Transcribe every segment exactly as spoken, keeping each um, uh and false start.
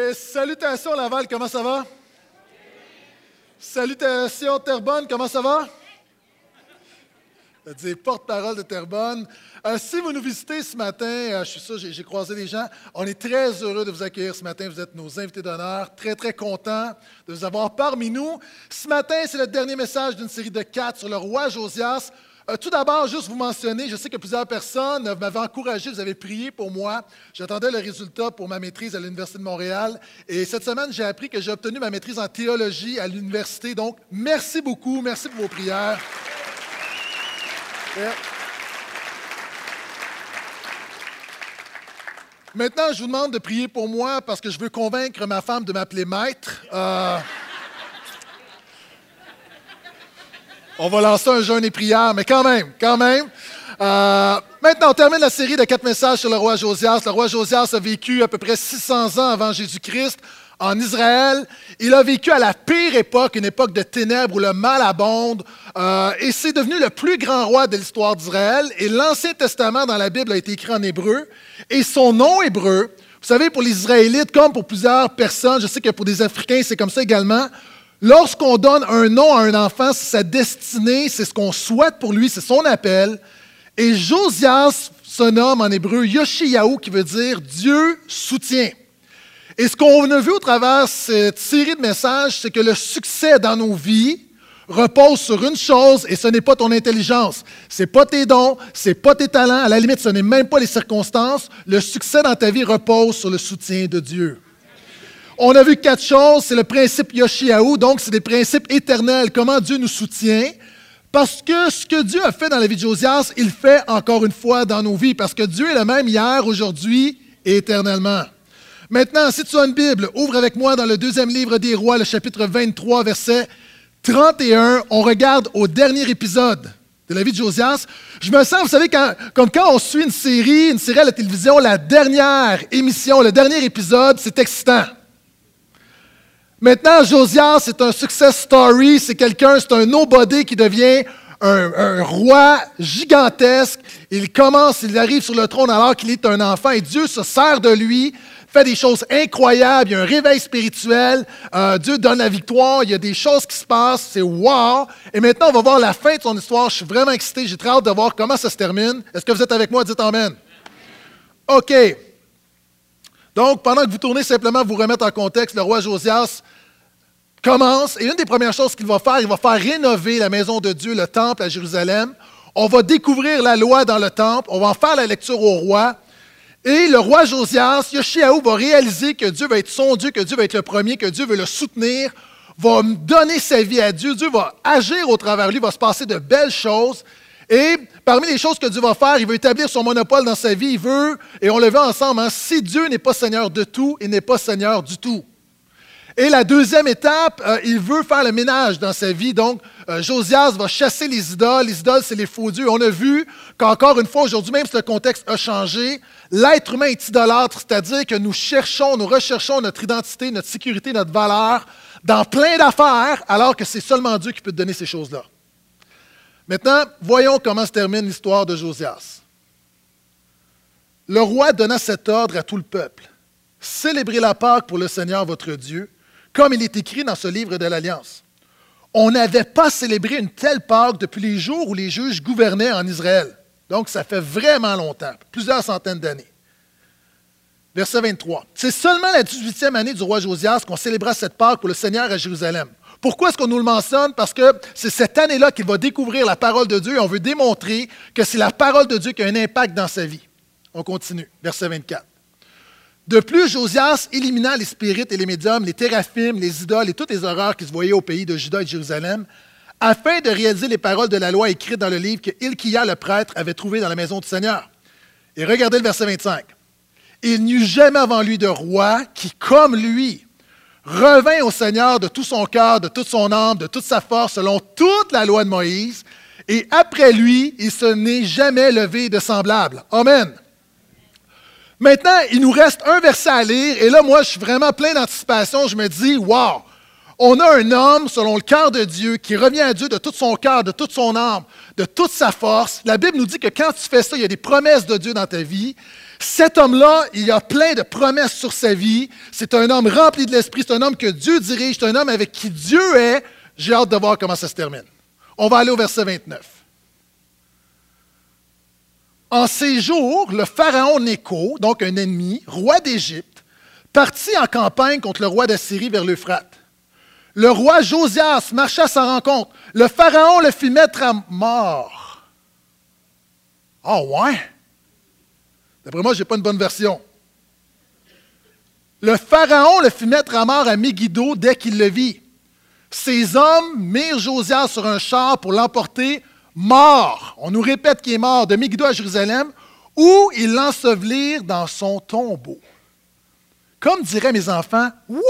Et salutations Laval, comment ça va? Salutations Terrebonne, comment ça va? Je dis porte-parole de Terrebonne. Euh, si vous nous visitez ce matin, euh, je suis sûr, j'ai, j'ai croisé des gens. On est très heureux de vous accueillir ce matin. Vous êtes nos invités d'honneur. Très, très contents de vous avoir parmi nous. Ce matin, c'est le dernier message d'une série de quatre sur le roi Josias. Euh, tout d'abord, juste vous mentionner, je sais que plusieurs personnes euh, m'avaient encouragé, vous avez prié pour moi. J'attendais le résultat pour ma maîtrise à l'Université de Montréal. Et cette semaine, j'ai appris que j'ai obtenu ma maîtrise en théologie à l'université. Donc, merci beaucoup. Merci pour vos prières. Yeah. Maintenant, je vous demande de prier pour moi parce que je veux convaincre ma femme de m'appeler maître. Euh... On va lancer un jeûne et prière, mais quand même, quand même. Euh... Maintenant, on termine la série de quatre messages sur le roi Josias. Le roi Josias a vécu à peu près six cents ans avant Jésus-Christ en Israël. Il a vécu à la pire époque, une époque de ténèbres où le mal abonde. Euh, et c'est devenu le plus grand roi de l'histoire d'Israël. Et l'Ancien Testament dans la Bible a été écrit en hébreu. Et son nom hébreu, vous savez, pour les Israélites, comme pour plusieurs personnes, je sais que pour des Africains, c'est comme ça également, lorsqu'on donne un nom à un enfant, c'est sa destinée, c'est ce qu'on souhaite pour lui, c'est son appel. Et Josias se nomme en hébreu Yoshiyahu, qui veut dire Dieu soutient. Et ce qu'on a vu au travers de cette série de messages, c'est que le succès dans nos vies repose sur une chose, et ce n'est pas ton intelligence. Ce n'est pas tes dons, ce n'est pas tes talents, à la limite, ce n'est même pas les circonstances. Le succès dans ta vie repose sur le soutien de Dieu. On a vu quatre choses, c'est le principe Yoshiyahu, donc c'est des principes éternels, comment Dieu nous soutient. Parce que ce que Dieu a fait dans la vie de Josias, il fait encore une fois dans nos vies, parce que Dieu est le même hier, aujourd'hui et éternellement. Maintenant, si tu as une Bible, ouvre avec moi dans le deuxième livre des Rois, le chapitre vingt-trois, verset trente et un. On regarde au dernier épisode de la vie de Josias. Je me sens, vous savez, quand, comme quand on suit une série, une série à la télévision, la dernière émission, le dernier épisode, c'est excitant. Maintenant, Josias, c'est un success story, c'est quelqu'un, c'est un nobody qui devient un, un roi gigantesque. Il commence, il arrive sur le trône alors qu'il est un enfant et Dieu se sert de lui, fait des choses incroyables, il y a un réveil spirituel, euh, Dieu donne la victoire, il y a des choses qui se passent, c'est wow! Et maintenant, on va voir la fin de son histoire, je suis vraiment excité, j'ai très hâte de voir comment ça se termine. Est-ce que vous êtes avec moi? Dites Amen. OK. Donc, pendant que vous tournez, simplement vous remettre en contexte, le roi Josias commence, et une des premières choses qu'il va faire, il va faire rénover la maison de Dieu, le temple à Jérusalem. On va découvrir la loi dans le temple, on va en faire la lecture au roi. Et le roi Josias, Yoshiyahu, va réaliser que Dieu va être son Dieu, que Dieu va être le premier, que Dieu veut le soutenir, va donner sa vie à Dieu. Dieu va agir au travers de lui, va se passer de belles choses. Et parmi les choses que Dieu va faire, il veut établir son monopole dans sa vie. Il veut, et on le voit ensemble, hein, si Dieu n'est pas Seigneur de tout, il n'est pas Seigneur du tout. Et la deuxième étape, euh, il veut faire le ménage dans sa vie. Donc, euh, Josias va chasser les idoles. Les idoles, c'est les faux dieux. On a vu qu'encore une fois, aujourd'hui, même si le contexte a changé, l'être humain est idolâtre, c'est-à-dire que nous cherchons, nous recherchons notre identité, notre sécurité, notre valeur dans plein d'affaires, alors que c'est seulement Dieu qui peut te donner ces choses-là. Maintenant, voyons comment se termine l'histoire de Josias. Le roi donna cet ordre à tout le peuple. Célébrez la Pâque pour le Seigneur votre Dieu, comme il est écrit dans ce livre de l'Alliance. On n'avait pas célébré une telle Pâque depuis les jours où les juges gouvernaient en Israël. Donc, ça fait vraiment longtemps, plusieurs centaines d'années. Verset vingt-trois. C'est seulement la dix-huitième année du roi Josias qu'on célébra cette Pâque pour le Seigneur à Jérusalem. Pourquoi est-ce qu'on nous le mentionne? Parce que c'est cette année-là qu'il va découvrir la parole de Dieu et on veut démontrer que c'est la parole de Dieu qui a un impact dans sa vie. On continue. Verset vingt-quatre. De plus, Josias élimina les spirites et les médiums, les théraphim, les idoles et toutes les horreurs qui se voyaient au pays de Juda et de Jérusalem, afin de réaliser les paroles de la loi écrites dans le livre que Hilkiah le prêtre avait trouvé dans la maison du Seigneur. Et regardez le verset vingt-cinq. Il n'y eut jamais avant lui de roi qui, comme lui, revint au Seigneur de tout son cœur, de toute son âme, de toute sa force, selon toute la loi de Moïse. Et après lui, il se n'est jamais levé de semblable. Amen. Maintenant, il nous reste un verset à lire, et là, moi, je suis vraiment plein d'anticipation. Je me dis, wow, on a un homme, selon le cœur de Dieu, qui revient à Dieu de tout son cœur, de toute son âme, de toute sa force. La Bible nous dit que quand tu fais ça, il y a des promesses de Dieu dans ta vie. Cet homme-là, il a plein de promesses sur sa vie. C'est un homme rempli de l'Esprit. C'est un homme que Dieu dirige. C'est un homme avec qui Dieu est. J'ai hâte de voir comment ça se termine. On va aller au verset vingt-neuf. En ces jours, le pharaon Nécho, donc un ennemi, roi d'Égypte, partit en campagne contre le roi d'Assyrie vers l'Euphrate. Le roi Josias marcha à sa rencontre. Le pharaon le fit mettre à mort. Ah oh, ouais? D'après moi, je n'ai pas une bonne version. Le pharaon le fit mettre à mort à Megiddo dès qu'il le vit. Ces hommes mirent Josias sur un char pour l'emporter mort. On nous répète qu'il est mort de Megiddo à Jérusalem, où ils l'ensevelirent dans son tombeau. Comme diraient mes enfants, what?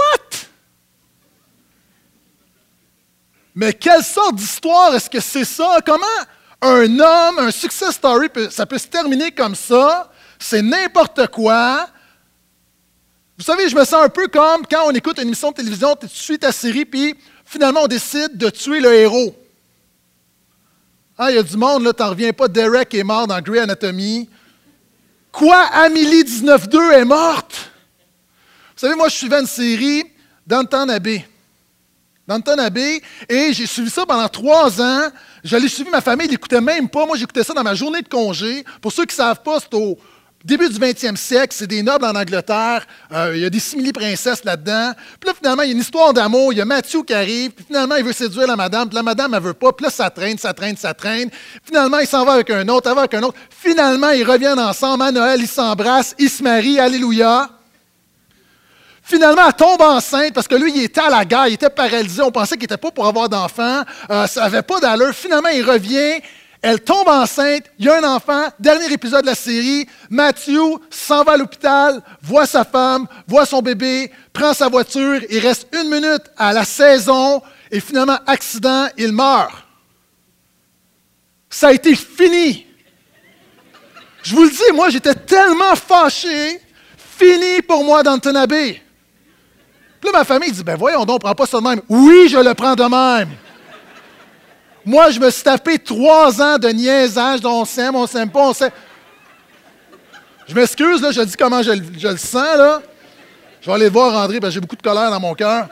Mais quelle sorte d'histoire est-ce que c'est ça? Comment un homme, un success story, ça peut se terminer comme ça? C'est n'importe quoi. Vous savez, je me sens un peu comme quand on écoute une émission de télévision, tu suis ta série, puis finalement on décide de tuer le héros. Ah, il y a du monde, là, t'en reviens pas, Derek est mort dans Grey Anatomy. Quoi? Amélie dix-neuf deux est morte? Vous savez, moi, je suivais une série, Downton Abbey. Downton Abbey, et j'ai suivi ça pendant trois ans. J'allais suivre ma famille, ils n'écoutaient même pas. Moi, j'écoutais ça dans ma journée de congé. Pour ceux qui ne savent pas, c'est au début du vingtième siècle, c'est des nobles en Angleterre. Euh, il y a des simili-princesses là-dedans. Puis là, finalement, il y a une histoire d'amour. Il y a Matthew qui arrive, puis finalement, il veut séduire la madame. Puis la madame, elle ne veut pas. Puis là, ça traîne, ça traîne, ça traîne. Finalement, il s'en va avec un autre, elle va avec un autre. Finalement, ils reviennent ensemble. À Noël, ils s'embrassent, ils se marient. Alléluia. Finalement, elle tombe enceinte parce que lui, il était à la guerre, il était paralysé. On pensait qu'il n'était pas pour avoir d'enfant. Euh, ça n'avait pas d'allure. Finalement, il revient. Elle tombe enceinte. Il y a un enfant. Dernier épisode de la série. Matthew s'en va à l'hôpital, voit sa femme, voit son bébé, prend sa voiture. Il reste une minute à la saison et finalement, accident, il meurt. Ça a été fini. Je vous le dis, moi, j'étais tellement fâché. Fini pour moi, Downton Abbey. Puis là, ma famille dit, ben voyons donc, on ne prend pas ça de même. Oui, je le prends de même. Moi, je me suis tapé trois ans de niaisage, dont on s'aime, on s'aime pas, on s'aime. Je m'excuse, là, je dis comment je, je le sens, là. Je vais aller voir André, parce que j'ai beaucoup de colère dans mon cœur.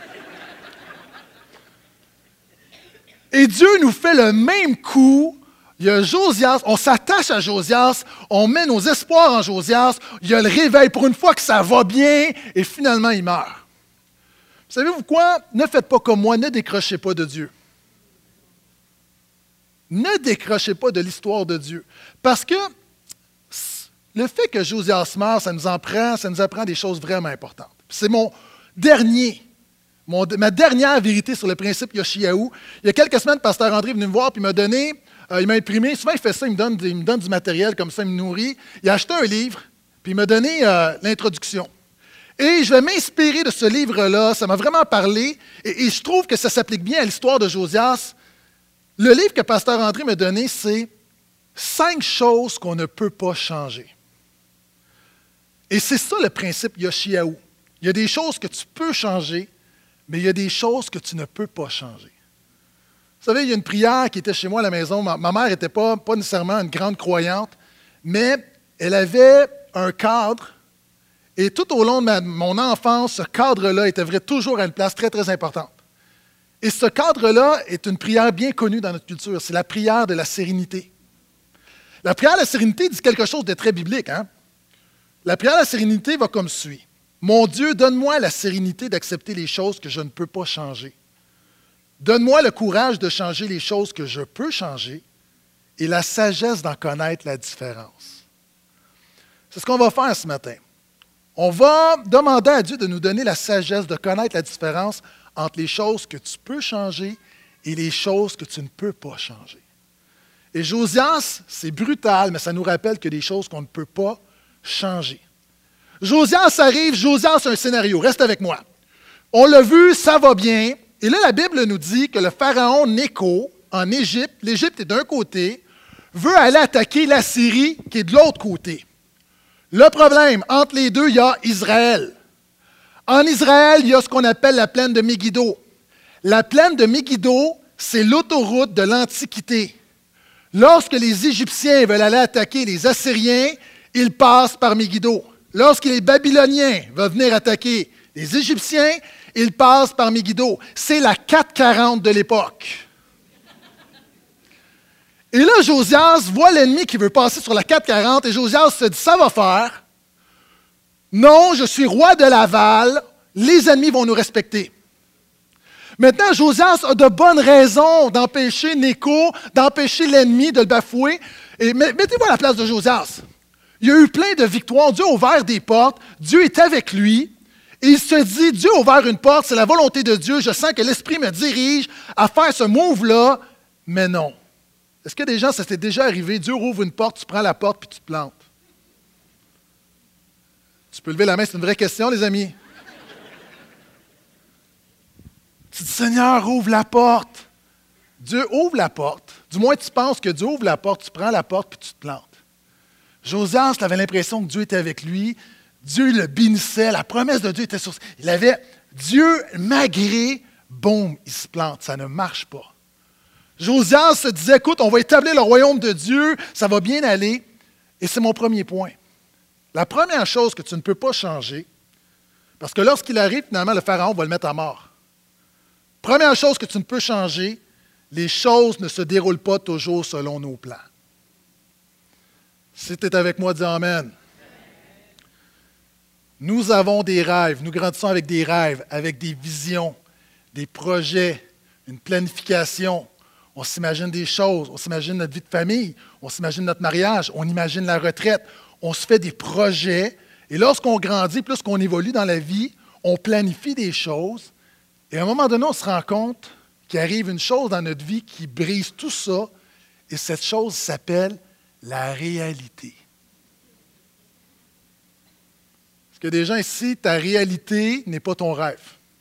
Et Dieu nous fait le même coup. Il y a Josias, on s'attache à Josias, on met nos espoirs en Josias, il y a le réveil pour une fois que ça va bien, et finalement, il meurt. Savez-vous quoi? Ne faites pas comme moi, ne décrochez pas de Dieu. Ne décrochez pas de l'histoire de Dieu. Parce que le fait que Josias meurt, ça nous apprend, ça nous apprend des choses vraiment importantes. C'est mon dernier, mon, ma dernière vérité sur le principe Yoshiyahu. Il y a quelques semaines, Pasteur André est venu me voir et m'a donné, euh, il m'a imprimé, souvent il fait ça, il me, donne, il me donne du matériel comme ça, il me nourrit. Il a acheté un livre, puis il m'a donné euh, l'introduction. Et je vais m'inspirer de ce livre-là, ça m'a vraiment parlé, et, et je trouve que ça s'applique bien à l'histoire de Josias. Le livre que Pasteur André m'a donné, c'est « Cinq choses qu'on ne peut pas changer ». Et c'est ça le principe Yoshiyahu. Il y a des choses que tu peux changer, mais il y a des choses que tu ne peux pas changer. Vous savez, il y a une prière qui était chez moi à la maison. Ma, ma mère n'était pas, pas nécessairement une grande croyante, mais elle avait un cadre. Et tout au long de ma, mon enfance, ce cadre-là était vrai, toujours à une place très, très importante. Et ce cadre-là est une prière bien connue dans notre culture. C'est la prière de la sérénité. La prière de la sérénité dit quelque chose de très biblique. Hein? La prière de la sérénité va comme suit. « Mon Dieu, donne-moi la sérénité d'accepter les choses que je ne peux pas changer. Donne-moi le courage de changer les choses que je peux changer et la sagesse d'en connaître la différence. » C'est ce qu'on va faire ce matin. On va demander à Dieu de nous donner la sagesse de connaître la différence entre les choses que tu peux changer et les choses que tu ne peux pas changer. Et Josias, c'est brutal, mais ça nous rappelle que des choses qu'on ne peut pas changer. Josias arrive, Josias a un scénario, reste avec moi. On l'a vu, ça va bien. Et là, la Bible nous dit que le pharaon Nécho, en Égypte, l'Égypte est d'un côté, veut aller attaquer la Syrie qui est de l'autre côté. Le problème, entre les deux, il y a Israël. En Israël, il y a ce qu'on appelle la plaine de Megiddo. La plaine de Megiddo, c'est l'autoroute de l'Antiquité. Lorsque les Égyptiens veulent aller attaquer les Assyriens, il passe par Megiddo. Lorsque les Babyloniens veulent venir attaquer les Égyptiens, il passe par Megiddo. C'est la quatre cent quarante de l'époque. Et là, Josias voit l'ennemi qui veut passer sur la quatre cent quarante et Josias se dit, ça va faire. Non, je suis roi de Laval, les ennemis vont nous respecter. Maintenant, Josias a de bonnes raisons d'empêcher Nécho, d'empêcher l'ennemi de le bafouer. Et mettez-vous à la place de Josias. Il y a eu plein de victoires. Dieu a ouvert des portes. Dieu est avec lui. Et il se dit, Dieu a ouvert une porte, c'est la volonté de Dieu. Je sens que l'Esprit me dirige à faire ce move-là. Mais non. Est-ce que des gens, ça s'est déjà arrivé? Dieu ouvre une porte, tu prends la porte puis tu te plantes. Tu peux lever la main, c'est une vraie question, les amis. Tu dis, Seigneur, ouvre la porte. Dieu ouvre la porte. Du moins, tu penses que Dieu ouvre la porte, tu prends la porte puis tu te plantes. Josias avait l'impression que Dieu était avec lui. Dieu le bénissait. La promesse de Dieu était sur... Il avait Dieu malgré, boum, il se plante. Ça ne marche pas. Josias se disait, écoute, on va établir le royaume de Dieu, ça va bien aller. Et c'est mon premier point. La première chose que tu ne peux pas changer, parce que lorsqu'il arrive, finalement, le Pharaon va le mettre à mort. Première chose que tu ne peux changer, les choses ne se déroulent pas toujours selon nos plans. Si tu es avec moi, dis Amen. Nous avons des rêves, nous grandissons avec des rêves, avec des visions, des projets, une planification. On s'imagine des choses, on s'imagine notre vie de famille, on s'imagine notre mariage, on imagine la retraite, on se fait des projets. Et lorsqu'on grandit, plus qu'on évolue dans la vie, on planifie des choses. Et à un moment donné, on se rend compte qu'il arrive une chose dans notre vie qui brise tout ça. Et cette chose s'appelle la réalité. Est-ce qu'il y a des gens ici, ta réalité n'est pas ton rêve.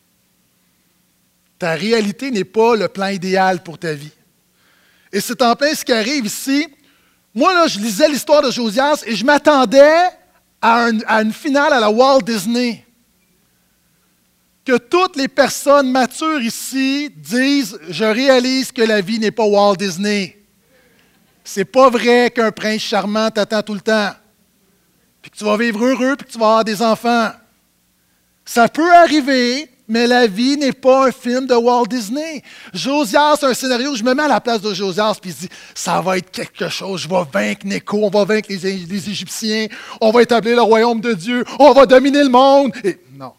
Ta réalité n'est pas le plan idéal pour ta vie. Et c'est en plein ce qui arrive ici. Moi, là, je lisais l'histoire de Josias et je m'attendais à, un, à une finale à la Walt Disney. Que toutes les personnes matures ici disent « Je réalise que la vie n'est pas Walt Disney. C'est pas vrai qu'un prince charmant t'attend tout le temps. Puis que tu vas vivre heureux puis que tu vas avoir des enfants. Ça peut arriver, mais la vie n'est pas un film de Walt Disney. Josias, un scénario, je me mets à la place de Josias puis je dis « Ça va être quelque chose, je vais vaincre Nécho, on va vaincre les, les Égyptiens, on va établir le royaume de Dieu, on va dominer le monde. » Et non.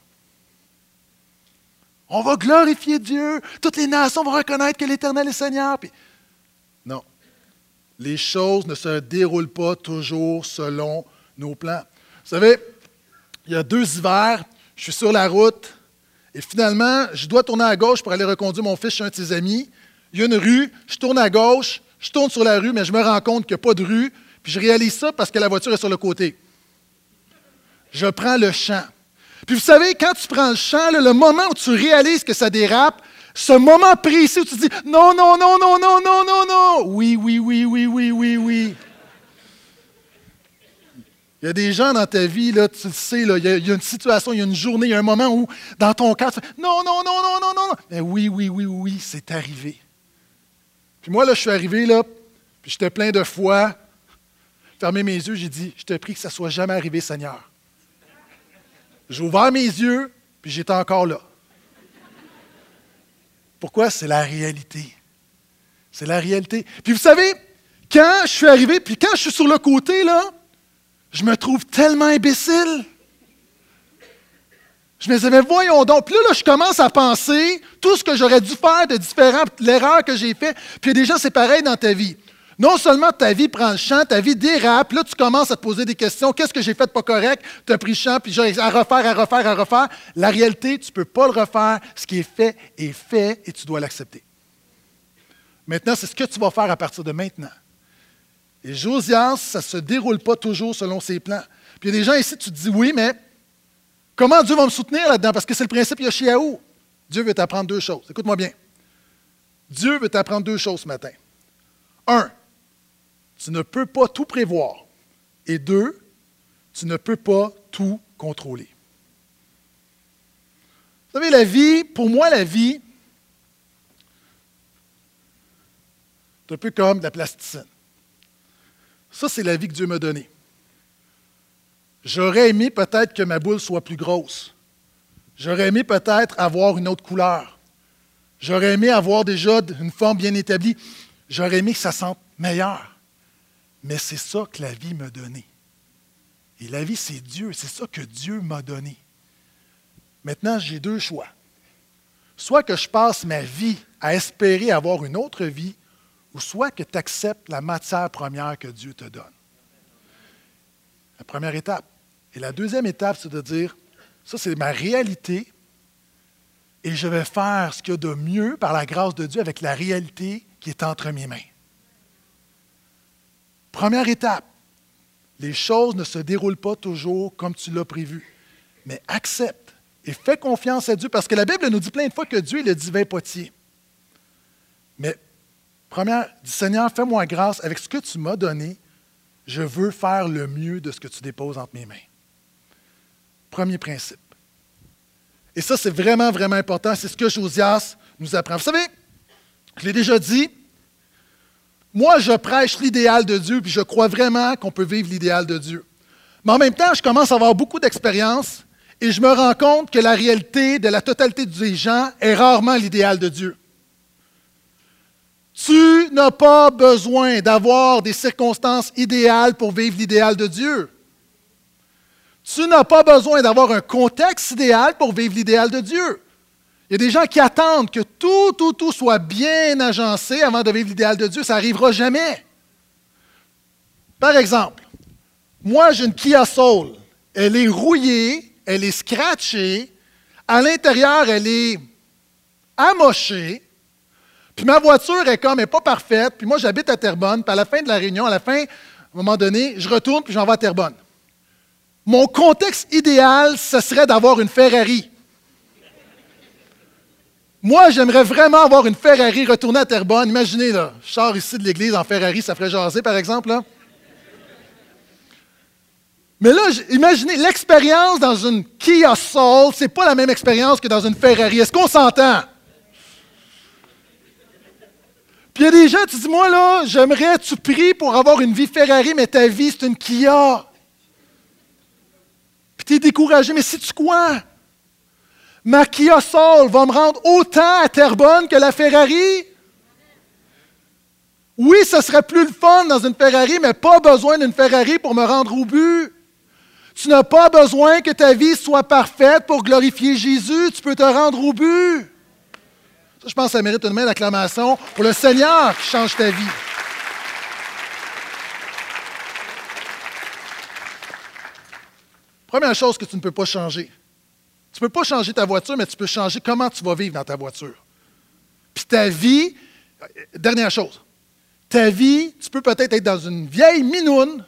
On va glorifier Dieu. Toutes les nations vont reconnaître que l'Éternel est Seigneur. Puis, non. Les choses ne se déroulent pas toujours selon nos plans. Vous savez, il y a deux hivers, je suis sur la route et finalement, je dois tourner à gauche pour aller reconduire mon fils chez un de ses amis. Il y a une rue, je tourne à gauche, je tourne sur la rue, mais je me rends compte qu'il n'y a pas de rue. Puis je réalise ça parce que la voiture est sur le côté. Je prends le champ. Puis vous savez, quand tu prends le champ, là, le moment où tu réalises que ça dérape, ce moment précis où tu te dis « Non, non, non, non, non, non, non, non! » Oui, oui, oui, oui, oui, oui, oui. Il y a des gens dans ta vie, là, tu le sais, là, il, y a, il y a une situation, il y a une journée, il y a un moment où, dans ton cœur, tu fais « Non, non, non, non, non, non, non! » Mais oui, oui, oui, oui, c'est arrivé. Puis moi, là, je suis arrivé, là, puis j'étais plein de foi. Fermé mes yeux, j'ai dit « Je te prie que ça ne soit jamais arrivé, Seigneur. » J'ai ouvert mes yeux, puis j'étais encore là. Pourquoi? C'est la réalité. C'est la réalité. Puis vous savez, quand je suis arrivé, puis quand je suis sur le côté, là, je me trouve tellement imbécile. Je me disais, mais voyons donc. Puis là, là, je commence à penser tout ce que j'aurais dû faire de différent, l'erreur que j'ai faite. Puis il y a des gens, c'est pareil dans ta vie. Non seulement ta vie prend le champ, ta vie dérape, là, tu commences à te poser des questions. Qu'est-ce que j'ai fait de pas correct? Tu as pris le champ, puis j'ai à refaire, à refaire, à refaire. La réalité, tu ne peux pas le refaire. Ce qui est fait est fait et tu dois l'accepter. Maintenant, c'est ce que tu vas faire à partir de maintenant. Et Josias, ça ne se déroule pas toujours selon ses plans. Puis il y a des gens ici, tu te dis, oui, mais comment Dieu va me soutenir là-dedans? Parce que c'est le principe Yoshiaou. Dieu veut t'apprendre deux choses. Écoute-moi bien. Dieu veut t'apprendre deux choses ce matin. Un, tu ne peux pas tout prévoir. Et deux, tu ne peux pas tout contrôler. Vous savez, la vie, pour moi, la vie, c'est un peu comme de la plasticine. Ça, c'est la vie que Dieu m'a donnée. J'aurais aimé peut-être que ma boule soit plus grosse. J'aurais aimé peut-être avoir une autre couleur. J'aurais aimé avoir déjà une forme bien établie. J'aurais aimé que ça sente meilleur. Mais c'est ça que la vie m'a donné. Et la vie, c'est Dieu. C'est ça que Dieu m'a donné. Maintenant, j'ai deux choix. Soit que je passe ma vie à espérer avoir une autre vie, ou soit que tu acceptes la matière première que Dieu te donne. La première étape. Et la deuxième étape, c'est de dire, ça c'est ma réalité, et je vais faire ce qu'il y a de mieux par la grâce de Dieu avec la réalité qui est entre mes mains. Première étape, les choses ne se déroulent pas toujours comme tu l'as prévu, mais accepte et fais confiance à Dieu, parce que la Bible nous dit plein de fois que Dieu est le divin potier. Mais, première, dis Seigneur, fais-moi grâce avec ce que tu m'as donné, je veux faire le mieux de ce que tu déposes entre mes mains. Premier principe. Et ça, c'est vraiment, vraiment important. C'est ce que Josias nous apprend. Vous savez, je l'ai déjà dit, moi, je prêche l'idéal de Dieu, puis je crois vraiment qu'on peut vivre l'idéal de Dieu. Mais en même temps, je commence à avoir beaucoup d'expérience et je me rends compte que la réalité de la totalité des gens est rarement l'idéal de Dieu. Tu n'as pas besoin d'avoir des circonstances idéales pour vivre l'idéal de Dieu. Tu n'as pas besoin d'avoir un contexte idéal pour vivre l'idéal de Dieu. Il y a des gens qui attendent que tout, tout, tout soit bien agencé avant de vivre l'idéal de Dieu. Ça n'arrivera jamais. Par exemple, moi, j'ai une Kia Soul. Elle est rouillée, elle est scratchée. À l'intérieur, elle est amochée. Puis ma voiture est comme, elle n'est pas parfaite. Puis moi, j'habite à Terrebonne. Puis à la fin de la réunion, à la fin, à un moment donné, je retourne puis j'en vais à Terrebonne. Mon contexte idéal, ce serait d'avoir une Ferrari. Moi, j'aimerais vraiment avoir une Ferrari, retourner à Terrebonne. Imaginez, là, je sors ici de l'église en Ferrari, ça ferait jaser, par exemple. Là. Mais là, imaginez, l'expérience dans une Kia Soul, ce n'est pas la même expérience que dans une Ferrari. Est-ce qu'on s'entend? Puis il y a des gens, tu dis, moi, là, j'aimerais, tu pries pour avoir une vie Ferrari, mais ta vie, c'est une Kia. Puis tu es découragé, mais sais-tu quoi? Ma Kia Soul va me rendre autant à Terrebonne que la Ferrari? Oui, ce serait plus le fun dans une Ferrari, mais pas besoin d'une Ferrari pour me rendre au but. Tu n'as pas besoin que ta vie soit parfaite pour glorifier Jésus. Tu peux te rendre au but. Ça, je pense que ça mérite une main d'acclamation pour le Seigneur qui change ta vie. Première chose que tu ne peux pas changer. Tu ne peux pas changer ta voiture, mais tu peux changer comment tu vas vivre dans ta voiture. Puis ta vie, dernière chose, ta vie, tu peux peut-être être dans une vieille minoune.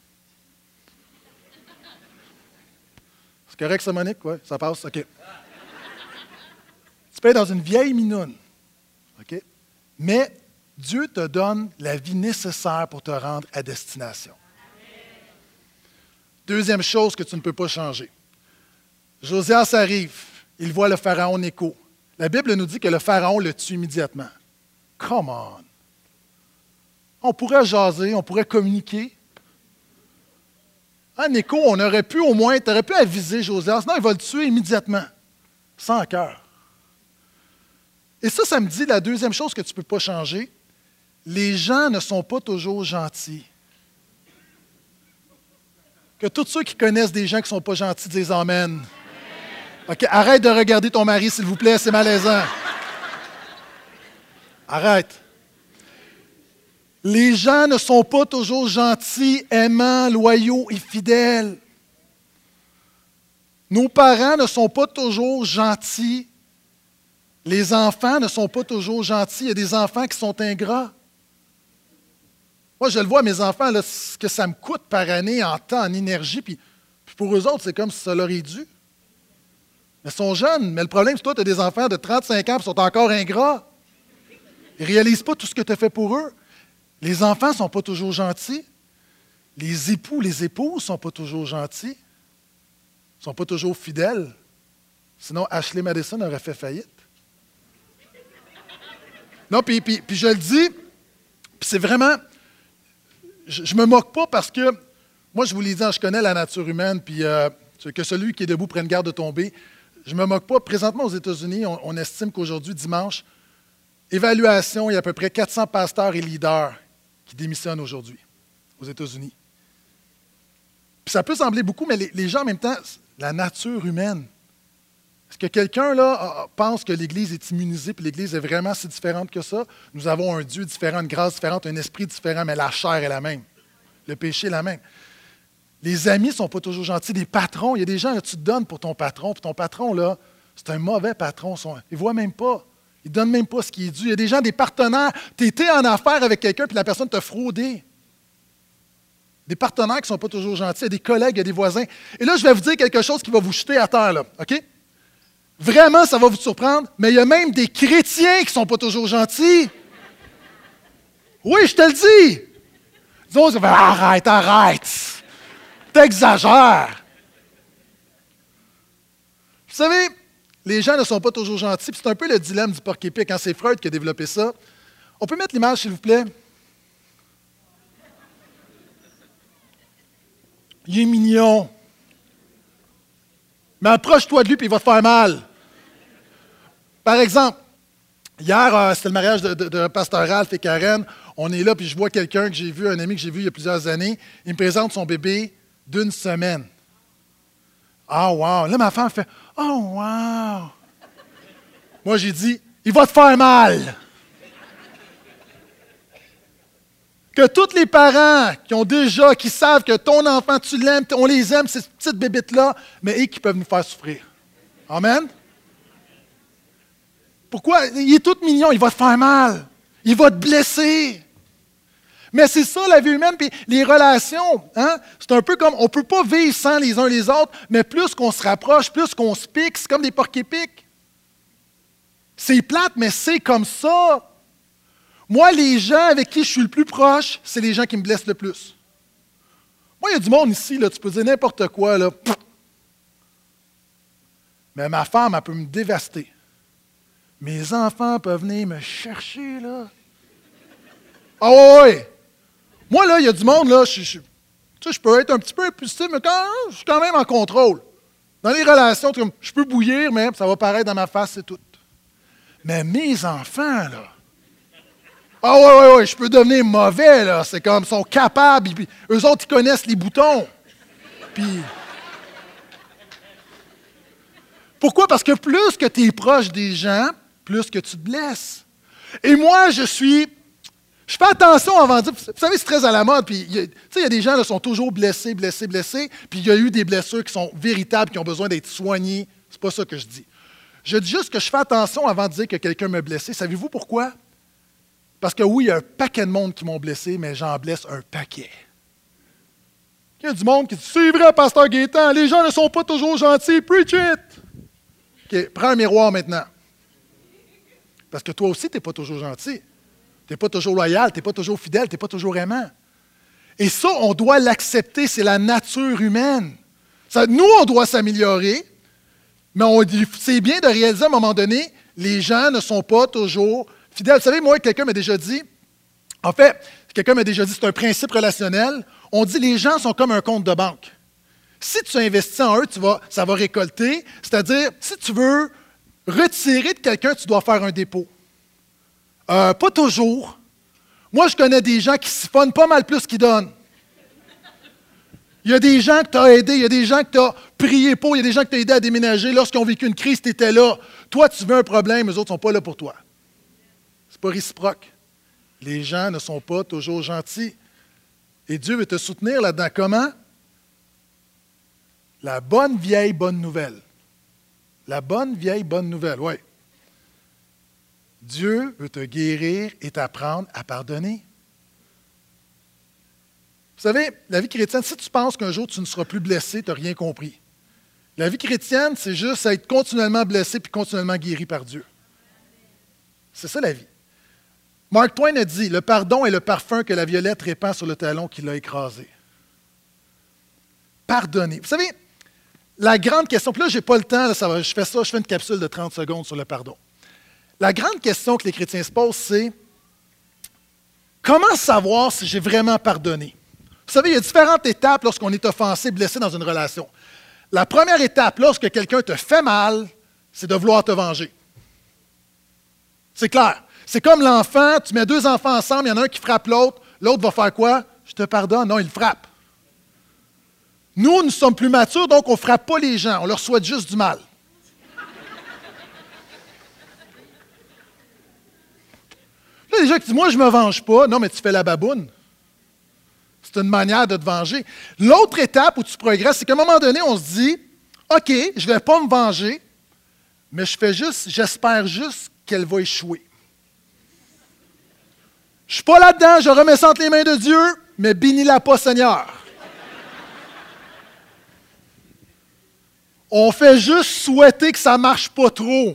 C'est correct ça, Monique? Oui, ça passe? OK. Tu peux être dans une vieille minoune. OK? Mais Dieu te donne la vie nécessaire pour te rendre à destination. Deuxième chose que tu ne peux pas changer. Josias arrive, il voit le pharaon Nécho. La Bible nous dit que le pharaon le tue immédiatement. Come on! On pourrait jaser, on pourrait communiquer. Ah, Nécho, on aurait pu au moins, tu aurais pu aviser Josias. Non, il va le tuer immédiatement, sans cœur. Et ça, ça me dit la deuxième chose que tu ne peux pas changer. Les gens ne sont pas toujours gentils. Que tous ceux qui connaissent des gens qui ne sont pas gentils disent Amen. OK, arrête de regarder ton mari, s'il vous plaît, c'est malaisant. Arrête. Les gens ne sont pas toujours gentils, aimants, loyaux et fidèles. Nos parents ne sont pas toujours gentils. Les enfants ne sont pas toujours gentils. Il y a des enfants qui sont ingrats. Moi, je le vois, mes enfants, là, ce que ça me coûte par année en temps, en énergie, puis, puis pour eux autres, c'est comme si ça leur est dû. Mais ils sont jeunes. Mais le problème, c'est que toi, tu as des enfants de trente-cinq ans qui sont encore ingrats. Ils ne réalisent pas tout ce que tu as fait pour eux. Les enfants ne sont pas toujours gentils. Les époux, les épouses ne sont pas toujours gentils. Ils ne sont pas toujours fidèles. Sinon, Ashley Madison aurait fait faillite. Non, puis, puis, puis je le dis, puis c'est vraiment... Je ne me moque pas parce que moi, je vous l'ai dit, hein, je connais la nature humaine, puis euh, que celui qui est debout prenne garde de tomber. Je ne me moque pas. Présentement, aux États-Unis, on, on estime qu'aujourd'hui, dimanche, évaluation, il y a à peu près quatre cents pasteurs et leaders qui démissionnent aujourd'hui aux États-Unis. Puis ça peut sembler beaucoup, mais les, les gens, en même temps, la nature humaine. Est-ce que quelqu'un là pense que l'Église est immunisée, puis l'Église est vraiment si différente que ça? Nous avons un Dieu différent, une grâce différente, un esprit différent, mais la chair est la même. Le péché est la même. Les amis ne sont pas toujours gentils. Les patrons, il y a des gens que tu te donnes pour ton patron, puis ton patron, là, c'est un mauvais patron. Il ne voit même pas. Il ne donne même pas ce qui est dû. Il y a des gens, des partenaires. Tu étais en affaires avec quelqu'un, puis la personne t'a fraudé. Des partenaires qui ne sont pas toujours gentils. Il y a des collègues, il y a des voisins. Et là, je vais vous dire quelque chose qui va vous jeter à terre, là. OK? Vraiment, ça va vous surprendre, mais il y a même des chrétiens qui ne sont pas toujours gentils. Oui, je te le dis. Disons, ça fait, arrête, arrête. T'exagères. Vous savez, les gens ne sont pas toujours gentils. C'est un peu le dilemme du porc-épic. Hein? C'est Freud qui a développé ça. On peut mettre l'image, s'il vous plaît? Il est mignon. Mais approche-toi de lui et il va te faire mal. Par exemple, hier, euh, c'était le mariage de, de, de Pasteur Ralph et Karen. On est là, puis je vois quelqu'un que j'ai vu, un ami que j'ai vu il y a plusieurs années. Il me présente son bébé d'une semaine. Ah, wow! Là, ma femme fait « Oh, wow! » Moi, j'ai dit « Il va te faire mal! » Que tous les parents qui ont déjà, qui savent que ton enfant, tu l'aimes, on les aime, ces petites bébites-là, mais eux qui peuvent nous faire souffrir. Amen? Pourquoi? Il est tout mignon, il va te faire mal. Il va te blesser. Mais c'est ça, la vie humaine, puis les relations, hein? C'est un peu comme, on ne peut pas vivre sans les uns les autres, mais plus qu'on se rapproche, plus qu'on se pique, c'est comme des porc-épics. C'est plate, mais c'est comme ça. Moi, les gens avec qui je suis le plus proche, c'est les gens qui me blessent le plus. Moi, il y a du monde ici, là, tu peux dire n'importe quoi, là. Mais ma femme, elle peut me dévaster. Mes enfants peuvent venir me chercher, là. Ah ouais, ouais. Moi, là, il y a du monde, là, je, je, tu sais, je peux être un petit peu impulsif, mais quand, je suis quand même en contrôle. Dans les relations, comme, je peux bouillir, mais ça va paraître dans ma face, c'est tout. Mais mes enfants, là, ah ouais, ouais, ouais, je peux devenir mauvais, là. C'est comme, ils sont capables, puis eux autres, ils connaissent les boutons. Puis... Pourquoi? Parce que plus que tu es proche des gens, plus que tu te blesses. Et moi, je suis... Je fais attention avant de dire... Vous savez, c'est très à la mode, puis il y a, il y a des gens qui sont toujours blessés, blessés, blessés, puis il y a eu des blessures qui sont véritables, qui ont besoin d'être soignées. C'est pas ça que je dis. Je dis juste que je fais attention avant de dire que quelqu'un m'a blessé. Savez-vous pourquoi? Parce que oui, il y a un paquet de monde qui m'ont blessé, mais j'en blesse un paquet. Il y a du monde qui dit « C'est vrai, Pasteur Gaétan, les gens ne sont pas toujours gentils, preach it! » OK, prends un miroir maintenant. Parce que toi aussi, tu n'es pas toujours gentil. Tu n'es pas toujours loyal, tu n'es pas toujours fidèle, tu n'es pas toujours aimant. Et ça, on doit l'accepter, c'est la nature humaine. Ça, nous, on doit s'améliorer, mais on, c'est bien de réaliser à un moment donné, les gens ne sont pas toujours fidèles. Vous savez, moi, quelqu'un m'a déjà dit, en fait, quelqu'un m'a déjà dit, c'est un principe relationnel, on dit les gens sont comme un compte de banque. Si tu investis en eux, tu vas, ça va récolter. C'est-à-dire, si tu veux retirer de quelqu'un, tu dois faire un dépôt. Euh, pas toujours. Moi, je connais des gens qui siphonnent pas mal plus qu'ils donnent. Il y a des gens que tu as aidés, il y a des gens que tu as prié pour, il y a des gens que tu as aidés à déménager. Lorsqu'ils ont vécu une crise, tu étais là. Toi, tu veux un problème, eux autres ne sont pas là pour toi. C'est pas réciproque. Les gens ne sont pas toujours gentils. Et Dieu veut te soutenir là-dedans. Comment? La bonne vieille bonne nouvelle. La bonne vieille bonne nouvelle, oui. Dieu veut te guérir et t'apprendre à pardonner. Vous savez, la vie chrétienne, si tu penses qu'un jour tu ne seras plus blessé, tu n'as rien compris. La vie chrétienne, c'est juste être continuellement blessé puis continuellement guéri par Dieu. C'est ça la vie. Mark Twain a dit, le pardon est le parfum que la violette répand sur le talon qui l'a écrasé. Pardonner. Vous savez, la grande question, puis là, je n'ai pas le temps, là, ça va, je fais ça, je fais une capsule de trente secondes sur le pardon. La grande question que les chrétiens se posent, c'est comment savoir si j'ai vraiment pardonné? Vous savez, il y a différentes étapes lorsqu'on est offensé, blessé dans une relation. La première étape, lorsque quelqu'un te fait mal, c'est de vouloir te venger. C'est clair. C'est comme l'enfant, tu mets deux enfants ensemble, il y en a un qui frappe l'autre, l'autre va faire quoi? Je te pardonne. Non, il le frappe. Nous, nous sommes plus matures, donc on ne frappe pas les gens, on leur souhaite juste du mal. Là, il y a des gens qui disent, moi, je ne me venge pas. Non, mais tu fais la baboune. C'est une manière de te venger. L'autre étape où tu progresses, c'est qu'à un moment donné, on se dit, OK, je ne vais pas me venger, mais je fais juste, j'espère juste qu'elle va échouer. Je ne suis pas là-dedans, je remets ça entre les mains de Dieu, mais bénis-la pas, Seigneur. On fait juste souhaiter que ça ne marche pas trop.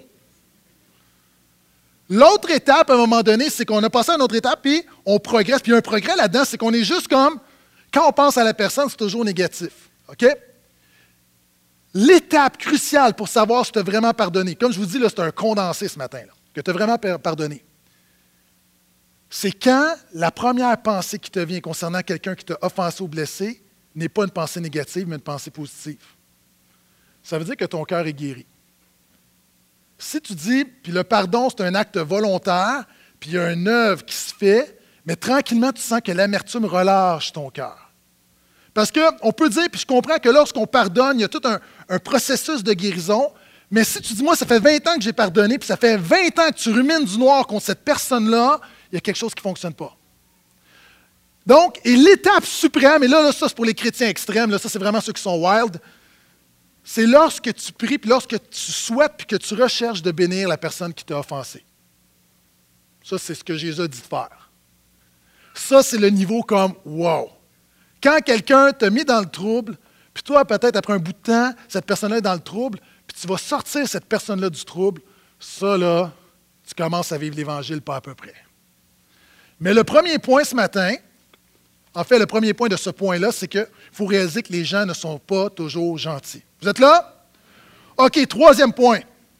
L'autre étape, à un moment donné, c'est qu'on a passé à une autre étape, puis on progresse. Puis il y a un progrès là-dedans, c'est qu'on est juste comme, quand on pense à la personne, c'est toujours négatif. OK? L'étape cruciale pour savoir si tu as vraiment pardonné, comme je vous dis, là, c'est un condensé ce matin, là, que tu as vraiment pardonné, c'est quand la première pensée qui te vient concernant quelqu'un qui t'a offensé ou blessé n'est pas une pensée négative, mais une pensée positive. Ça veut dire que ton cœur est guéri. Si tu dis, puis le pardon, c'est un acte volontaire, puis il y a une œuvre qui se fait, mais tranquillement, tu sens que l'amertume relâche ton cœur. Parce qu'on peut dire, puis je comprends que lorsqu'on pardonne, il y a tout un, un processus de guérison, mais si tu dis, moi, ça fait vingt ans que j'ai pardonné, puis ça fait vingt ans que tu rumines du noir contre cette personne-là, il y a quelque chose qui ne fonctionne pas. Donc, et l'étape suprême, et là, là ça c'est pour les chrétiens extrêmes, là, ça c'est vraiment ceux qui sont wild, c'est lorsque tu pries, puis lorsque tu souhaites, puis que tu recherches de bénir la personne qui t'a offensé. Ça, c'est ce que Jésus a dit de faire. Ça, c'est le niveau comme « wow ». Quand quelqu'un t'a mis dans le trouble, puis toi, peut-être après un bout de temps, cette personne-là est dans le trouble, puis tu vas sortir cette personne-là du trouble, ça, là, tu commences à vivre l'Évangile pas à peu près. Mais le premier point ce matin, en fait, le premier point de ce point-là, c'est qu'il faut réaliser que les gens ne sont pas toujours gentils. Vous êtes là? OK, troisième point.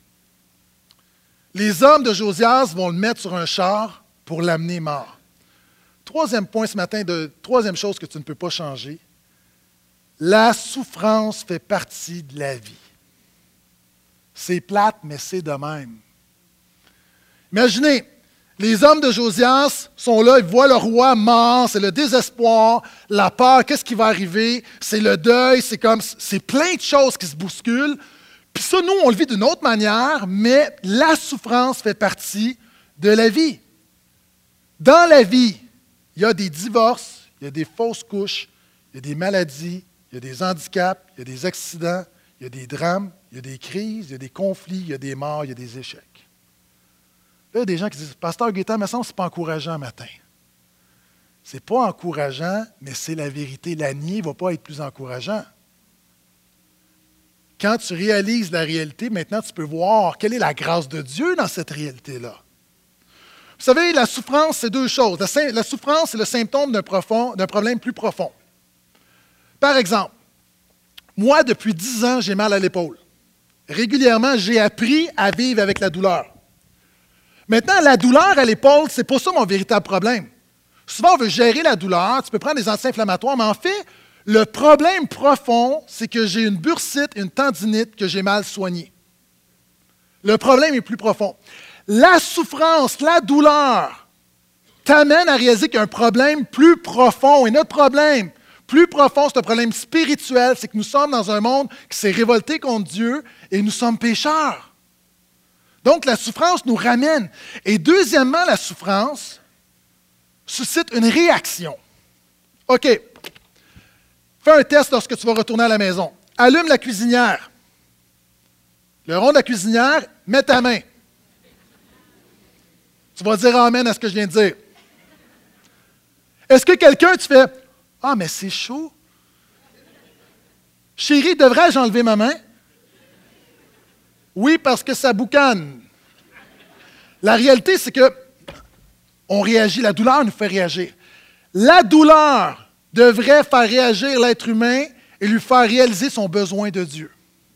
Les hommes de Josias vont le mettre sur un char pour l'amener mort. Troisième point ce matin, de, troisième chose que tu ne peux pas changer, la souffrance fait partie de la vie. C'est plate, mais c'est de même. Imaginez, les hommes de Josias sont là, ils voient le roi mort, c'est le désespoir, la peur, qu'est-ce qui va arriver, c'est le deuil, c'est comme, c'est plein de choses qui se bousculent. Puis ça, nous, on le vit d'une autre manière, mais la souffrance fait partie de la vie. Dans la vie, il y a des divorces, il y a des fausses couches, il y a des maladies, il y a des handicaps, il y a des accidents, il y a des drames, il y a des crises, il y a des conflits, il y a des morts, il y a des échecs. Là, il y a des gens qui disent « Pasteur Gaétan, mais ça, ce n'est pas encourageant matin. » Ce n'est pas encourageant, mais c'est la vérité. La nier ne va pas être plus encourageant. Quand tu réalises la réalité, maintenant, tu peux voir quelle est la grâce de Dieu dans cette réalité-là. Vous savez, la souffrance, c'est deux choses. La, la souffrance, c'est le symptôme d'un profond, d'un problème plus profond. Par exemple, moi, depuis dix ans, j'ai mal à l'épaule. Régulièrement, j'ai appris à vivre avec la douleur. Maintenant, la douleur à l'épaule, ce n'est pas ça mon véritable problème. Souvent, on veut gérer la douleur, tu peux prendre des anti-inflammatoires, mais en fait, le problème profond, c'est que j'ai une bursite, une tendinite que j'ai mal soignée. Le problème est plus profond. La souffrance, la douleur t'amène à réaliser qu'il y a un problème plus profond. Et notre problème plus profond, c'est un problème spirituel, c'est que nous sommes dans un monde qui s'est révolté contre Dieu et nous sommes pécheurs. Donc, la souffrance nous ramène. Et deuxièmement, la souffrance suscite une réaction. OK. Fais un test lorsque tu vas retourner à la maison. Allume la cuisinière. Le rond de la cuisinière, mets ta main. Tu vas dire amen à ce que je viens de dire. Est-ce que quelqu'un, tu fais « Ah, mais c'est chaud. Chérie, devrais-je enlever ma main? » Oui, parce que ça boucane. La réalité, c'est que on réagit, la douleur nous fait réagir. La douleur devrait faire réagir l'être humain et lui faire réaliser son besoin de Dieu.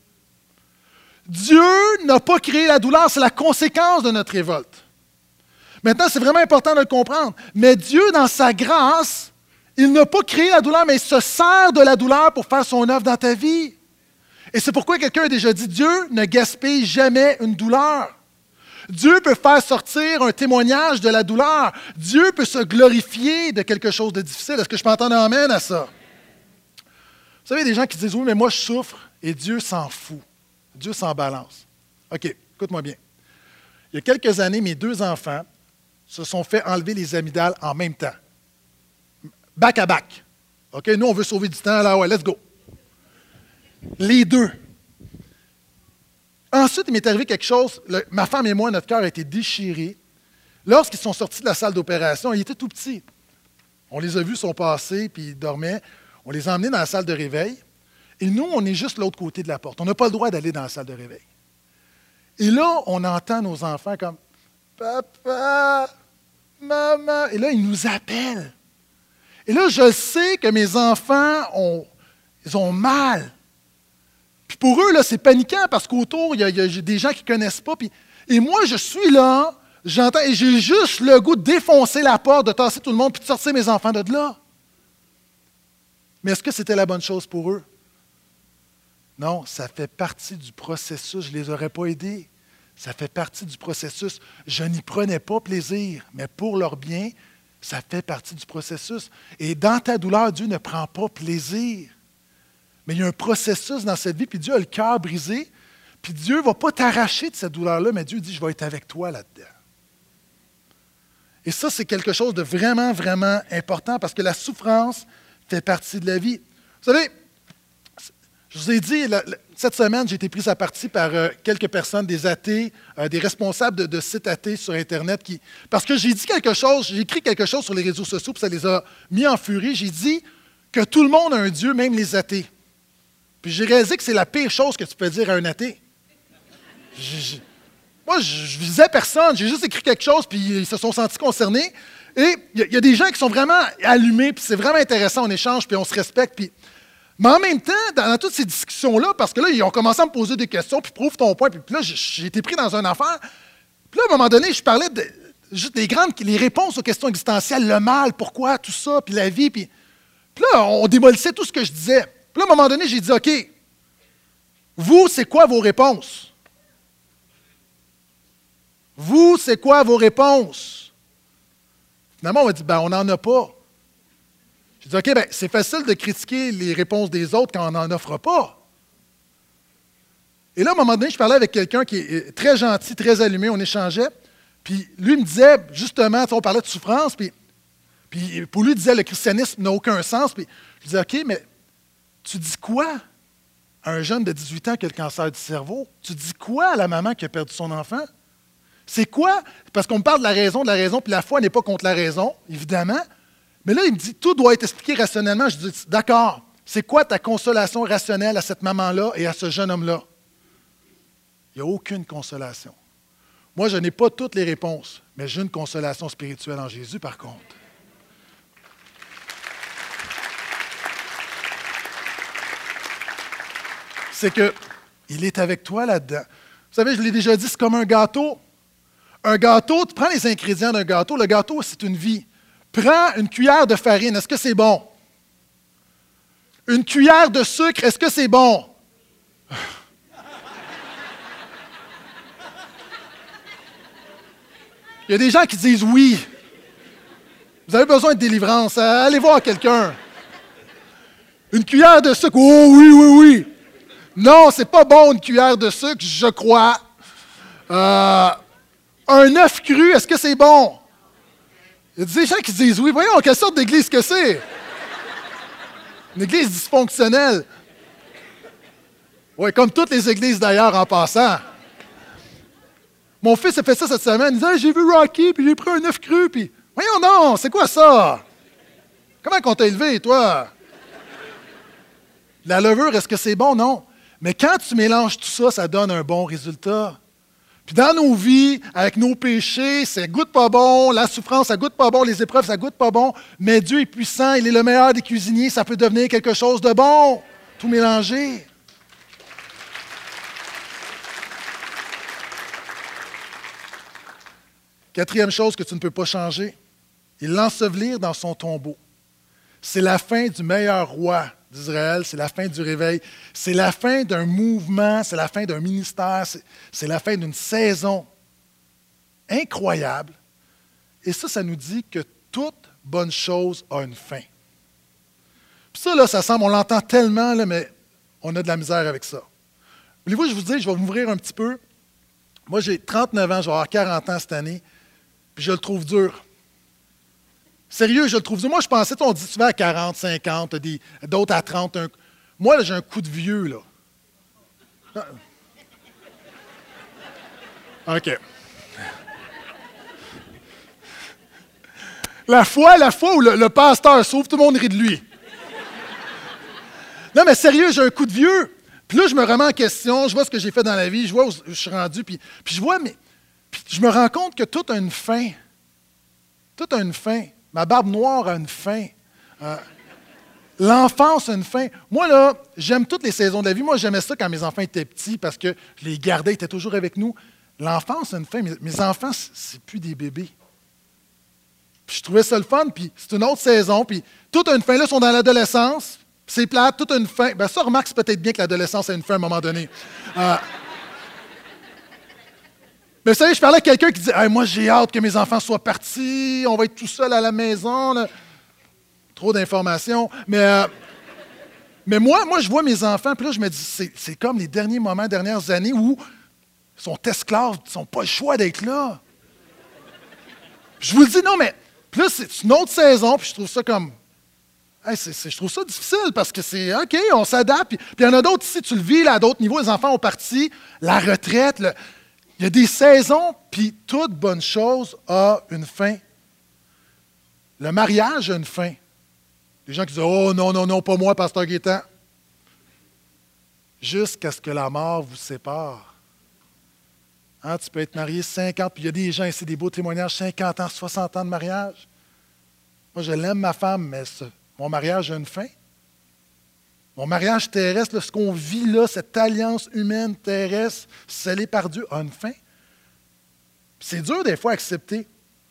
Dieu n'a pas créé la douleur, c'est la conséquence de notre révolte. Maintenant, c'est vraiment important de le comprendre. Mais Dieu, dans sa grâce Il n'a pas créé la douleur, mais il se sert de la douleur pour faire son œuvre dans ta vie. Et c'est pourquoi quelqu'un a déjà dit, Dieu ne gaspille jamais une douleur. Dieu peut faire sortir un témoignage de la douleur. Dieu peut se glorifier de quelque chose de difficile. Est-ce que je peux entendre un amen à ça? Vous savez, il y a des gens qui disent, oui, mais moi je souffre et Dieu s'en fout. Dieu s'en balance. OK, écoute-moi bien. Il y a quelques années, mes deux enfants se sont fait enlever les amygdales en même temps. Back à back. OK, nous, on veut sauver du temps, là, ouais, let's go. Les deux. Ensuite, il m'est arrivé quelque chose. Le, ma femme et moi, notre cœur a été déchiré. Lorsqu'ils sont sortis de la salle d'opération, ils étaient tout petits. On les a vus, ils sont passés, puis ils dormaient. On les a emmenés dans la salle de réveil. Et nous, on est juste de l'autre côté de la porte. On n'a pas le droit d'aller dans la salle de réveil. Et là, on entend nos enfants comme « Papa, maman ». Et là, ils nous appellent. Et là, je sais que mes enfants ont, ils ont mal. Puis pour eux, là, c'est paniquant parce qu'autour, il y, a, il y a des gens qui ne connaissent pas. Puis, et moi, je suis là, j'entends, et j'ai juste le goût de défoncer la porte, de tasser tout le monde, puis de sortir mes enfants de là. Mais est-ce que c'était la bonne chose pour eux? Non, ça fait partie du processus. Je ne les aurais pas aidés. Ça fait partie du processus. Je n'y prenais pas plaisir, mais pour leur bien, ça fait partie du processus. Et dans ta douleur, Dieu ne prend pas plaisir. Mais il y a un processus dans cette vie, puis Dieu a le cœur brisé, puis Dieu ne va pas t'arracher de cette douleur-là, mais Dieu dit, je vais être avec toi là-dedans. Et ça, c'est quelque chose de vraiment, vraiment important, parce que la souffrance fait partie de la vie. Vous savez, je vous ai dit, la, la, cette semaine, j'ai été pris à partie par euh, quelques personnes, des athées, euh, des responsables de, de sites athées sur Internet, qui, parce que j'ai dit quelque chose, j'ai écrit quelque chose sur les réseaux sociaux, puis ça les a mis en furie. J'ai dit que tout le monde a un Dieu, même les athées. Puis j'ai réalisé que c'est la pire chose que tu peux dire à un athée. J'ai, j'ai, moi, je ne visais personne, j'ai juste écrit quelque chose, puis ils se sont sentis concernés. Et il y, y a des gens qui sont vraiment allumés, puis c'est vraiment intéressant, on échange, puis on se respecte. Puis... Mais en même temps, dans, dans toutes ces discussions-là, parce que là, ils ont commencé à me poser des questions, puis prouve ton point, puis, puis là, j'ai été pris dans une affaire. Puis là, à un moment donné, je parlais de juste les grandes les réponses aux questions existentielles, le mal, pourquoi, tout ça, puis la vie. Puis, puis là, on démolissait tout ce que je disais. Puis là, à un moment donné, j'ai dit, OK, vous, c'est quoi vos réponses? Vous, c'est quoi vos réponses? Finalement, on m'a dit, ben, on n'en a pas. J'ai dit, OK, ben, c'est facile de critiquer les réponses des autres quand on n'en offre pas. Et là, à un moment donné, je parlais avec quelqu'un qui est très gentil, très allumé, on échangeait, puis lui me disait, justement, on parlait de souffrance, puis, puis pour lui, il disait, le christianisme n'a aucun sens, puis je disais, OK, mais tu dis quoi à un jeune de dix-huit ans qui a le cancer du cerveau? Tu dis quoi à la maman qui a perdu son enfant? C'est quoi? Parce qu'on me parle de la raison, de la raison, puis la foi n'est pas contre la raison, évidemment. Mais là, il me dit, tout doit être expliqué rationnellement. Je dis, d'accord, c'est quoi ta consolation rationnelle à cette maman-là et à ce jeune homme-là? Il n'y a aucune consolation. Moi, je n'ai pas toutes les réponses, mais j'ai une consolation spirituelle en Jésus, par contre. C'est qu'il est avec toi là-dedans. Vous savez, je l'ai déjà dit, c'est comme un gâteau. Un gâteau, tu prends les ingrédients d'un gâteau. Le gâteau, c'est une vie. Prends une cuillère de farine, est-ce que c'est bon? Une cuillère de sucre, est-ce que c'est bon? Il y a des gens qui disent oui. Vous avez besoin de délivrance, allez voir quelqu'un. Une cuillère de sucre, oh oui, oui, oui. Non, c'est pas bon une cuillère de sucre, je crois. Euh, un œuf cru, est-ce que c'est bon? Il y a des gens qui disent oui. Voyons, quelle sorte d'église que c'est? Une église dysfonctionnelle. Oui, comme toutes les églises d'ailleurs en passant. Mon fils a fait ça cette semaine. Il disait, ah, j'ai vu Rocky, puis j'ai pris un œuf cru, puis voyons non, c'est quoi ça? Comment qu'on t'a élevé, toi? La levure, est-ce que c'est bon? Non. Mais quand tu mélanges tout ça, ça donne un bon résultat. Puis dans nos vies, avec nos péchés, ça goûte pas bon, la souffrance, ça goûte pas bon, les épreuves, ça goûte pas bon, mais Dieu est puissant, il est le meilleur des cuisiniers, ça peut devenir quelque chose de bon, tout mélangé. Quatrième chose que tu ne peux pas changer, il l'ensevelir dans son tombeau. C'est la fin du meilleur roi d'Israël, c'est la fin du réveil, c'est la fin d'un mouvement, c'est la fin d'un ministère, c'est, c'est la fin d'une saison incroyable. Et ça, ça nous dit que toute bonne chose a une fin. Puis ça, là, ça semble, on l'entend tellement, là, mais on a de la misère avec ça. Voulez-vous que je vous dise, je vais m'ouvrir un petit peu. Moi, j'ai trente-neuf ans, je vais avoir quarante ans cette année, puis je le trouve dur. Sérieux, je le trouve dur. Moi, je pensais, on dit, tu vas à quarante, cinquante, des, d'autres à trente. Un... Moi, là, j'ai un coup de vieux, là. OK. La fois, la fois où le, le pasteur s'ouvre, tout le monde rit de lui. Non, mais sérieux, j'ai un coup de vieux. Puis là, je me remets en question, je vois ce que j'ai fait dans la vie, je vois où je suis rendu, puis, puis je vois, mais puis je me rends compte que tout a une fin. Tout a une fin. Ma barbe noire a une fin. Euh, l'enfance a une fin. Moi, là, j'aime toutes les saisons de la vie. Moi, j'aimais ça quand mes enfants étaient petits parce que je les gardais, ils étaient toujours avec nous. L'enfance a une fin. Mes, mes enfants, c'est plus des bébés. Puis je trouvais ça le fun, puis c'est une autre saison, puis tout a une fin. Là, ils sont dans l'adolescence, puis c'est plate, tout a une fin. Bien, ça, remarque, c'est peut-être bien que l'adolescence a une fin à un moment donné. Euh, Mais vous savez, je parlais à quelqu'un qui dit hey, « Moi, j'ai hâte que mes enfants soient partis, on va être tout seul à la maison. » Trop d'informations. Mais, euh, mais moi, moi, je vois mes enfants, puis là, je me dis c'est, c'est comme les derniers moments, dernières années où ils sont esclaves, ils n'ont pas le choix d'être là. Puis je vous le dis, non, mais puis là, c'est une autre saison, puis je trouve ça comme... Hey, c'est, c'est, je trouve ça difficile parce que c'est OK, on s'adapte. Puis il y en a d'autres ici, tu le vis là, à d'autres niveaux, les enfants ont parti, la retraite, le, il y a des saisons, puis toute bonne chose a une fin. Le mariage a une fin. Les gens qui disent « Oh non, non, non, pas moi, pasteur Gaétan. » Jusqu'à ce que la mort vous sépare. Hein, tu peux être marié cinquante, puis il y a des gens ici, des beaux témoignages, cinquante ans, soixante ans de mariage. Moi, je l'aime, ma femme, mais ce, mon mariage a une fin. Mon mariage terrestre, là, ce qu'on vit là, cette alliance humaine terrestre, scellée par Dieu, a une fin. Puis c'est dur des fois à accepter.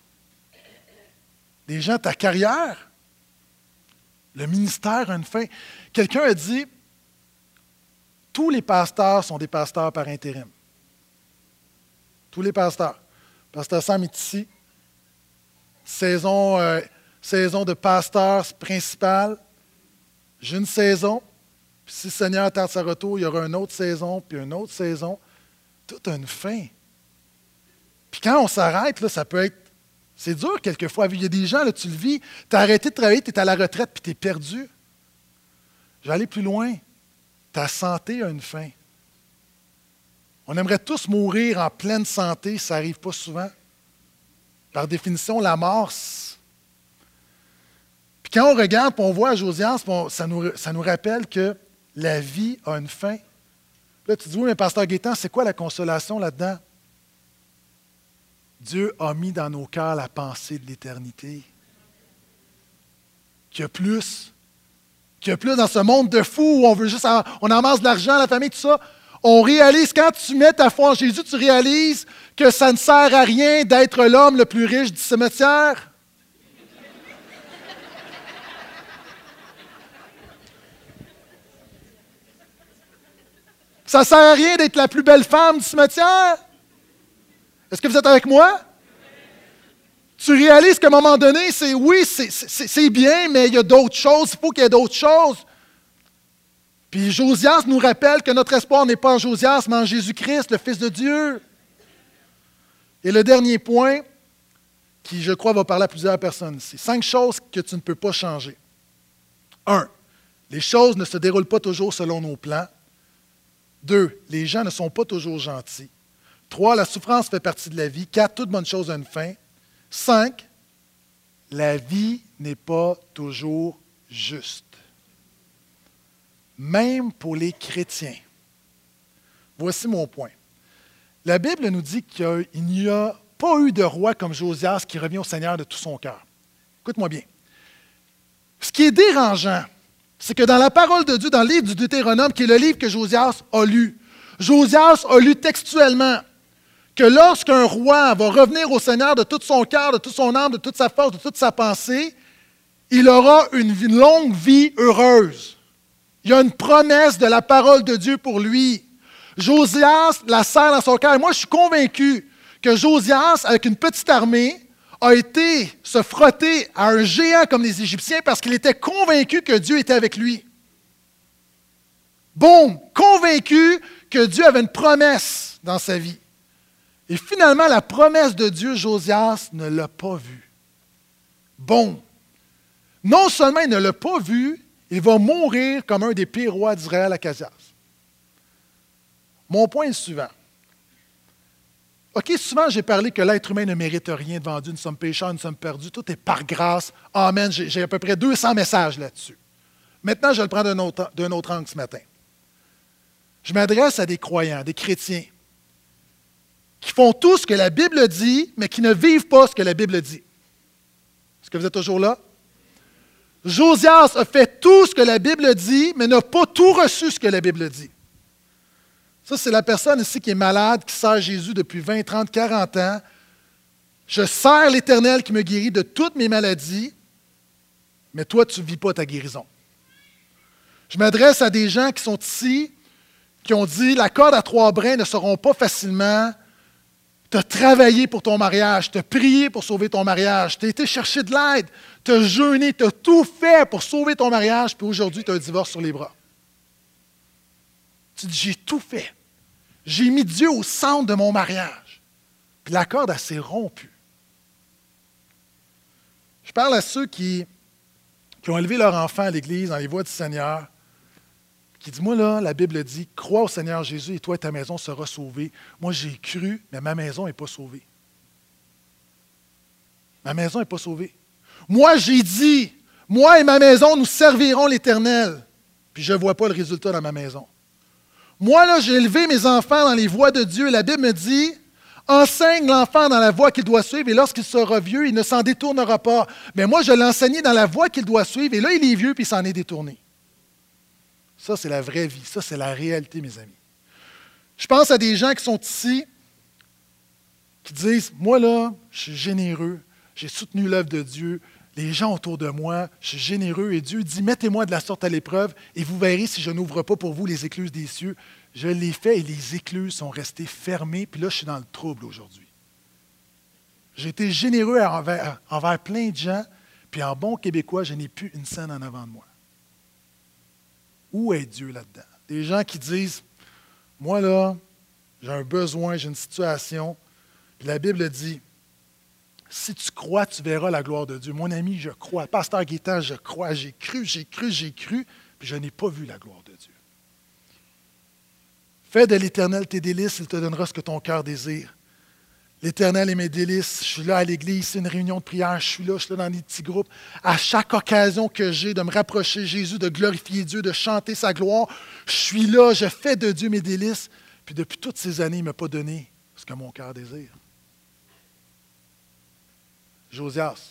Des gens, ta carrière, le ministère a une fin. Quelqu'un a dit, tous les pasteurs sont des pasteurs par intérim. Tous les pasteurs. Pasteur Sam est ici. Saison, euh, saison de pasteur principal. J'ai une saison. Puis si le Seigneur tarde sa retour, il y aura une autre saison, puis une autre saison. Tout a une fin. Puis quand on s'arrête, là, ça peut être... C'est dur quelquefois. Il y a des gens, là, tu le vis, tu as arrêté de travailler, tu es à la retraite, puis tu es perdu. Je vais aller plus loin. Ta santé a une fin. On aimerait tous mourir en pleine santé, ça n'arrive pas souvent. Par définition, la mort... Puis quand on regarde, puis on voit à Josias, on, ça, nous, ça nous rappelle que la vie a une fin. Là, tu dis, oui, mais pasteur Gaétan, c'est quoi la consolation là-dedans? Dieu a mis dans nos cœurs la pensée de l'éternité. Qu'il y a plus. Qu'il y a plus dans ce monde de fous où on veut juste, on amasse de l'argent, la famille, tout ça. On réalise, quand tu mets ta foi en Jésus, tu réalises que ça ne sert à rien d'être l'homme le plus riche du cimetière. Ça ne sert à rien d'être la plus belle femme du cimetière. Est-ce que vous êtes avec moi? Tu réalises qu'à un moment donné, c'est oui, c'est, c'est, c'est bien, mais il y a d'autres choses, il faut qu'il y ait d'autres choses. Puis Josias nous rappelle que notre espoir n'est pas en Josias, mais en Jésus-Christ, le Fils de Dieu. Et le dernier point, qui je crois va parler à plusieurs personnes ici, cinq choses que tu ne peux pas changer. Un, les choses ne se déroulent pas toujours selon nos plans. Deux, les gens ne sont pas toujours gentils. Trois, la souffrance fait partie de la vie. Quatre, toute bonne chose a une fin. Cinq, la vie n'est pas toujours juste. Même pour les chrétiens. Voici mon point. La Bible nous dit qu'il n'y a pas eu de roi comme Josias qui revient au Seigneur de tout son cœur. Écoute-moi bien. Ce qui est dérangeant, c'est que dans la parole de Dieu, dans le livre du Deutéronome, qui est le livre que Josias a lu, Josias a lu textuellement que lorsqu'un roi va revenir au Seigneur de tout son cœur, de toute son âme, de toute sa force, de toute sa pensée, il aura une longue vie heureuse. Il y a une promesse de la parole de Dieu pour lui. Josias la serre dans son cœur. Et moi, je suis convaincu que Josias, avec une petite armée, a été se frotter à un géant comme les Égyptiens parce qu'il était convaincu que Dieu était avec lui. Boum! Convaincu que Dieu avait une promesse dans sa vie. Et finalement, la promesse de Dieu, Josias ne l'a pas vue. Bon. Non seulement il ne l'a pas vu, il va mourir comme un des pires rois d'Israël à Casias. Mon point est le suivant. OK, souvent j'ai parlé que l'être humain ne mérite rien devant Dieu, nous sommes pécheurs, nous sommes perdus, tout est par grâce. Amen. J'ai, j'ai à peu près deux cents messages là-dessus. Maintenant, je vais le prendre d'un autre, d'un autre angle ce matin. Je m'adresse à des croyants, des chrétiens, qui font tout ce que la Bible dit, mais qui ne vivent pas ce que la Bible dit. Est-ce que vous êtes toujours là? Josias a fait tout ce que la Bible dit, mais n'a pas tout reçu ce que la Bible dit. Ça, c'est la personne ici qui est malade, qui sert Jésus depuis vingt, trente, quarante ans. Je sers l'Éternel qui me guérit de toutes mes maladies, mais toi, tu ne vis pas ta guérison. Je m'adresse à des gens qui sont ici, qui ont dit, la corde à trois brins ne seront pas facilement. Tu as travaillé pour ton mariage, tu as prié pour sauver ton mariage, tu as été chercher de l'aide, tu as jeûné, tu as tout fait pour sauver ton mariage, puis aujourd'hui, tu as un divorce sur les bras. Tu dis, j'ai tout fait. J'ai mis Dieu au centre de mon mariage. Puis la corde, elle s'est rompue. Je parle à ceux qui, qui ont élevé leur enfant à l'Église dans les voies du Seigneur, qui disent, moi là, la Bible dit, crois au Seigneur Jésus et toi et ta maison sera sauvée. Moi, j'ai cru, mais ma maison n'est pas sauvée. Ma maison n'est pas sauvée. Moi, j'ai dit, moi et ma maison, nous servirons l'Éternel. Puis je ne vois pas le résultat dans ma maison. Moi, là, j'ai élevé mes enfants dans les voies de Dieu. La Bible me dit, enseigne l'enfant dans la voie qu'il doit suivre, et lorsqu'il sera vieux, il ne s'en détournera pas. Mais moi, je l'ai enseigné dans la voie qu'il doit suivre, et là, il est vieux, puis il s'en est détourné. Ça, c'est la vraie vie. Ça, c'est la réalité, mes amis. Je pense à des gens qui sont ici, qui disent, moi, là, je suis généreux, j'ai soutenu l'œuvre de Dieu, les gens autour de moi, je suis généreux, et Dieu dit, mettez-moi de la sorte à l'épreuve, et vous verrez si je n'ouvre pas pour vous les écluses des cieux. Je l'ai fait, et les écluses sont restées fermées, puis là, je suis dans le trouble aujourd'hui. J'ai été généreux envers, envers plein de gens, puis en bon québécois, je n'ai plus une scène en avant de moi. Où est Dieu là-dedans? Des gens qui disent, moi là, j'ai un besoin, j'ai une situation, puis la Bible dit, si tu crois, tu verras la gloire de Dieu. Mon ami, je crois. Pasteur Guétan, je crois. J'ai cru, j'ai cru, j'ai cru, puis je n'ai pas vu la gloire de Dieu. Fais de l'Éternel tes délices, il te donnera ce que ton cœur désire. L'Éternel est mes délices. Je suis là à l'église, c'est une réunion de prière, je suis là, je suis là dans des petits groupes. À chaque occasion que j'ai de me rapprocher de Jésus, de glorifier Dieu, de chanter sa gloire, je suis là, je fais de Dieu mes délices. Puis depuis toutes ces années, il ne m'a pas donné ce que mon cœur désire. Josias,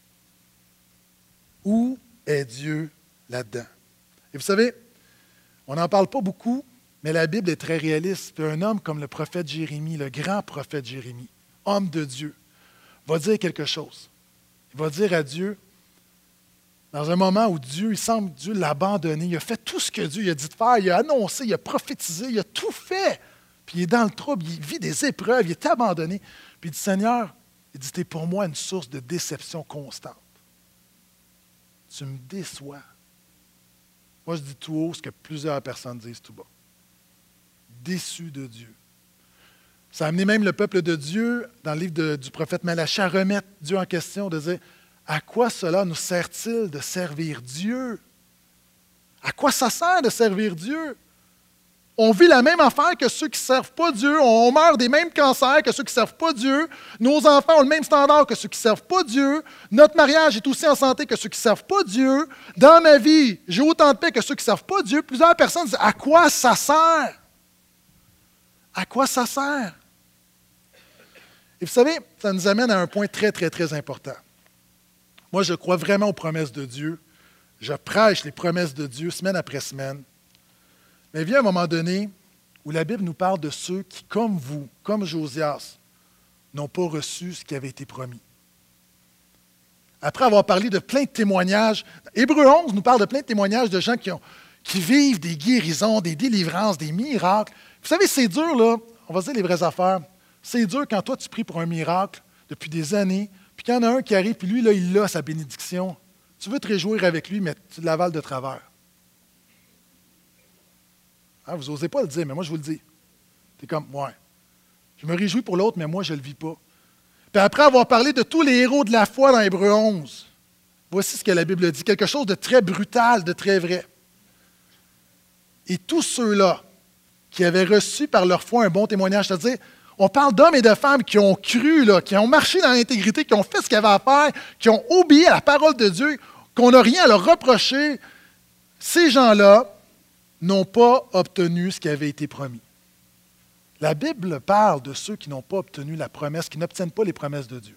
où est Dieu là-dedans? Et vous savez, on n'en parle pas beaucoup, mais la Bible est très réaliste. Puis un homme comme le prophète Jérémie, le grand prophète Jérémie, homme de Dieu, va dire quelque chose. Il va dire à Dieu, dans un moment où Dieu, il semble Dieu l'a abandonné, il a fait tout ce que Dieu il a dit de faire, il a annoncé, il a prophétisé, il a tout fait. Puis il est dans le trouble, il vit des épreuves, il est abandonné. Puis il dit, Seigneur, il dit, tu es pour moi une source de déception constante. Tu me déçois. Moi, je dis tout haut ce que plusieurs personnes disent tout bas. Déçu de Dieu. Ça a amené même le peuple de Dieu, dans le livre de, du prophète Malachie, à remettre Dieu en question, de dire, à quoi cela nous sert-il de servir Dieu? À quoi ça sert de servir Dieu? On vit la même affaire que ceux qui ne servent pas Dieu. On meurt des mêmes cancers que ceux qui ne servent pas Dieu. Nos enfants ont le même standard que ceux qui ne servent pas Dieu. Notre mariage est aussi en santé que ceux qui ne servent pas Dieu. Dans ma vie, j'ai autant de paix que ceux qui ne servent pas Dieu. Plusieurs personnes disent, à quoi ça sert? À quoi ça sert? Et vous savez, ça nous amène à un point très, très, très important. Moi, je crois vraiment aux promesses de Dieu. Je prêche les promesses de Dieu semaine après semaine. Mais il y a un moment donné où la Bible nous parle de ceux qui, comme vous, comme Josias, n'ont pas reçu ce qui avait été promis. après avoir parlé de plein de témoignages, Hébreux onze nous parle de plein de témoignages de gens qui, ont, qui vivent des guérisons, des délivrances, des miracles. Vous savez, c'est dur, là, on va se dire les vraies affaires. C'est dur quand toi, tu pries pour un miracle depuis des années, puis qu'il y en a un qui arrive, puis lui, là, il a sa bénédiction. Tu veux te réjouir avec lui, mais tu l'avales de travers. Hein, vous n'osez pas le dire, mais moi, je vous le dis. Tu es comme, ouais. Je me réjouis pour l'autre, mais moi, je ne le vis pas. Puis après avoir parlé de tous les héros de la foi dans Hébreux onze, voici ce que la Bible dit, quelque chose de très brutal, de très vrai. Et tous ceux-là qui avaient reçu par leur foi un bon témoignage, c'est-à-dire, on parle d'hommes et de femmes qui ont cru, là, qui ont marché dans l'intégrité, qui ont fait ce qu'il y avait à faire, qui ont obéi à la parole de Dieu, qu'on n'a rien à leur reprocher. Ces gens-là n'ont pas obtenu ce qui avait été promis. La Bible parle de ceux qui n'ont pas obtenu la promesse, qui n'obtiennent pas les promesses de Dieu.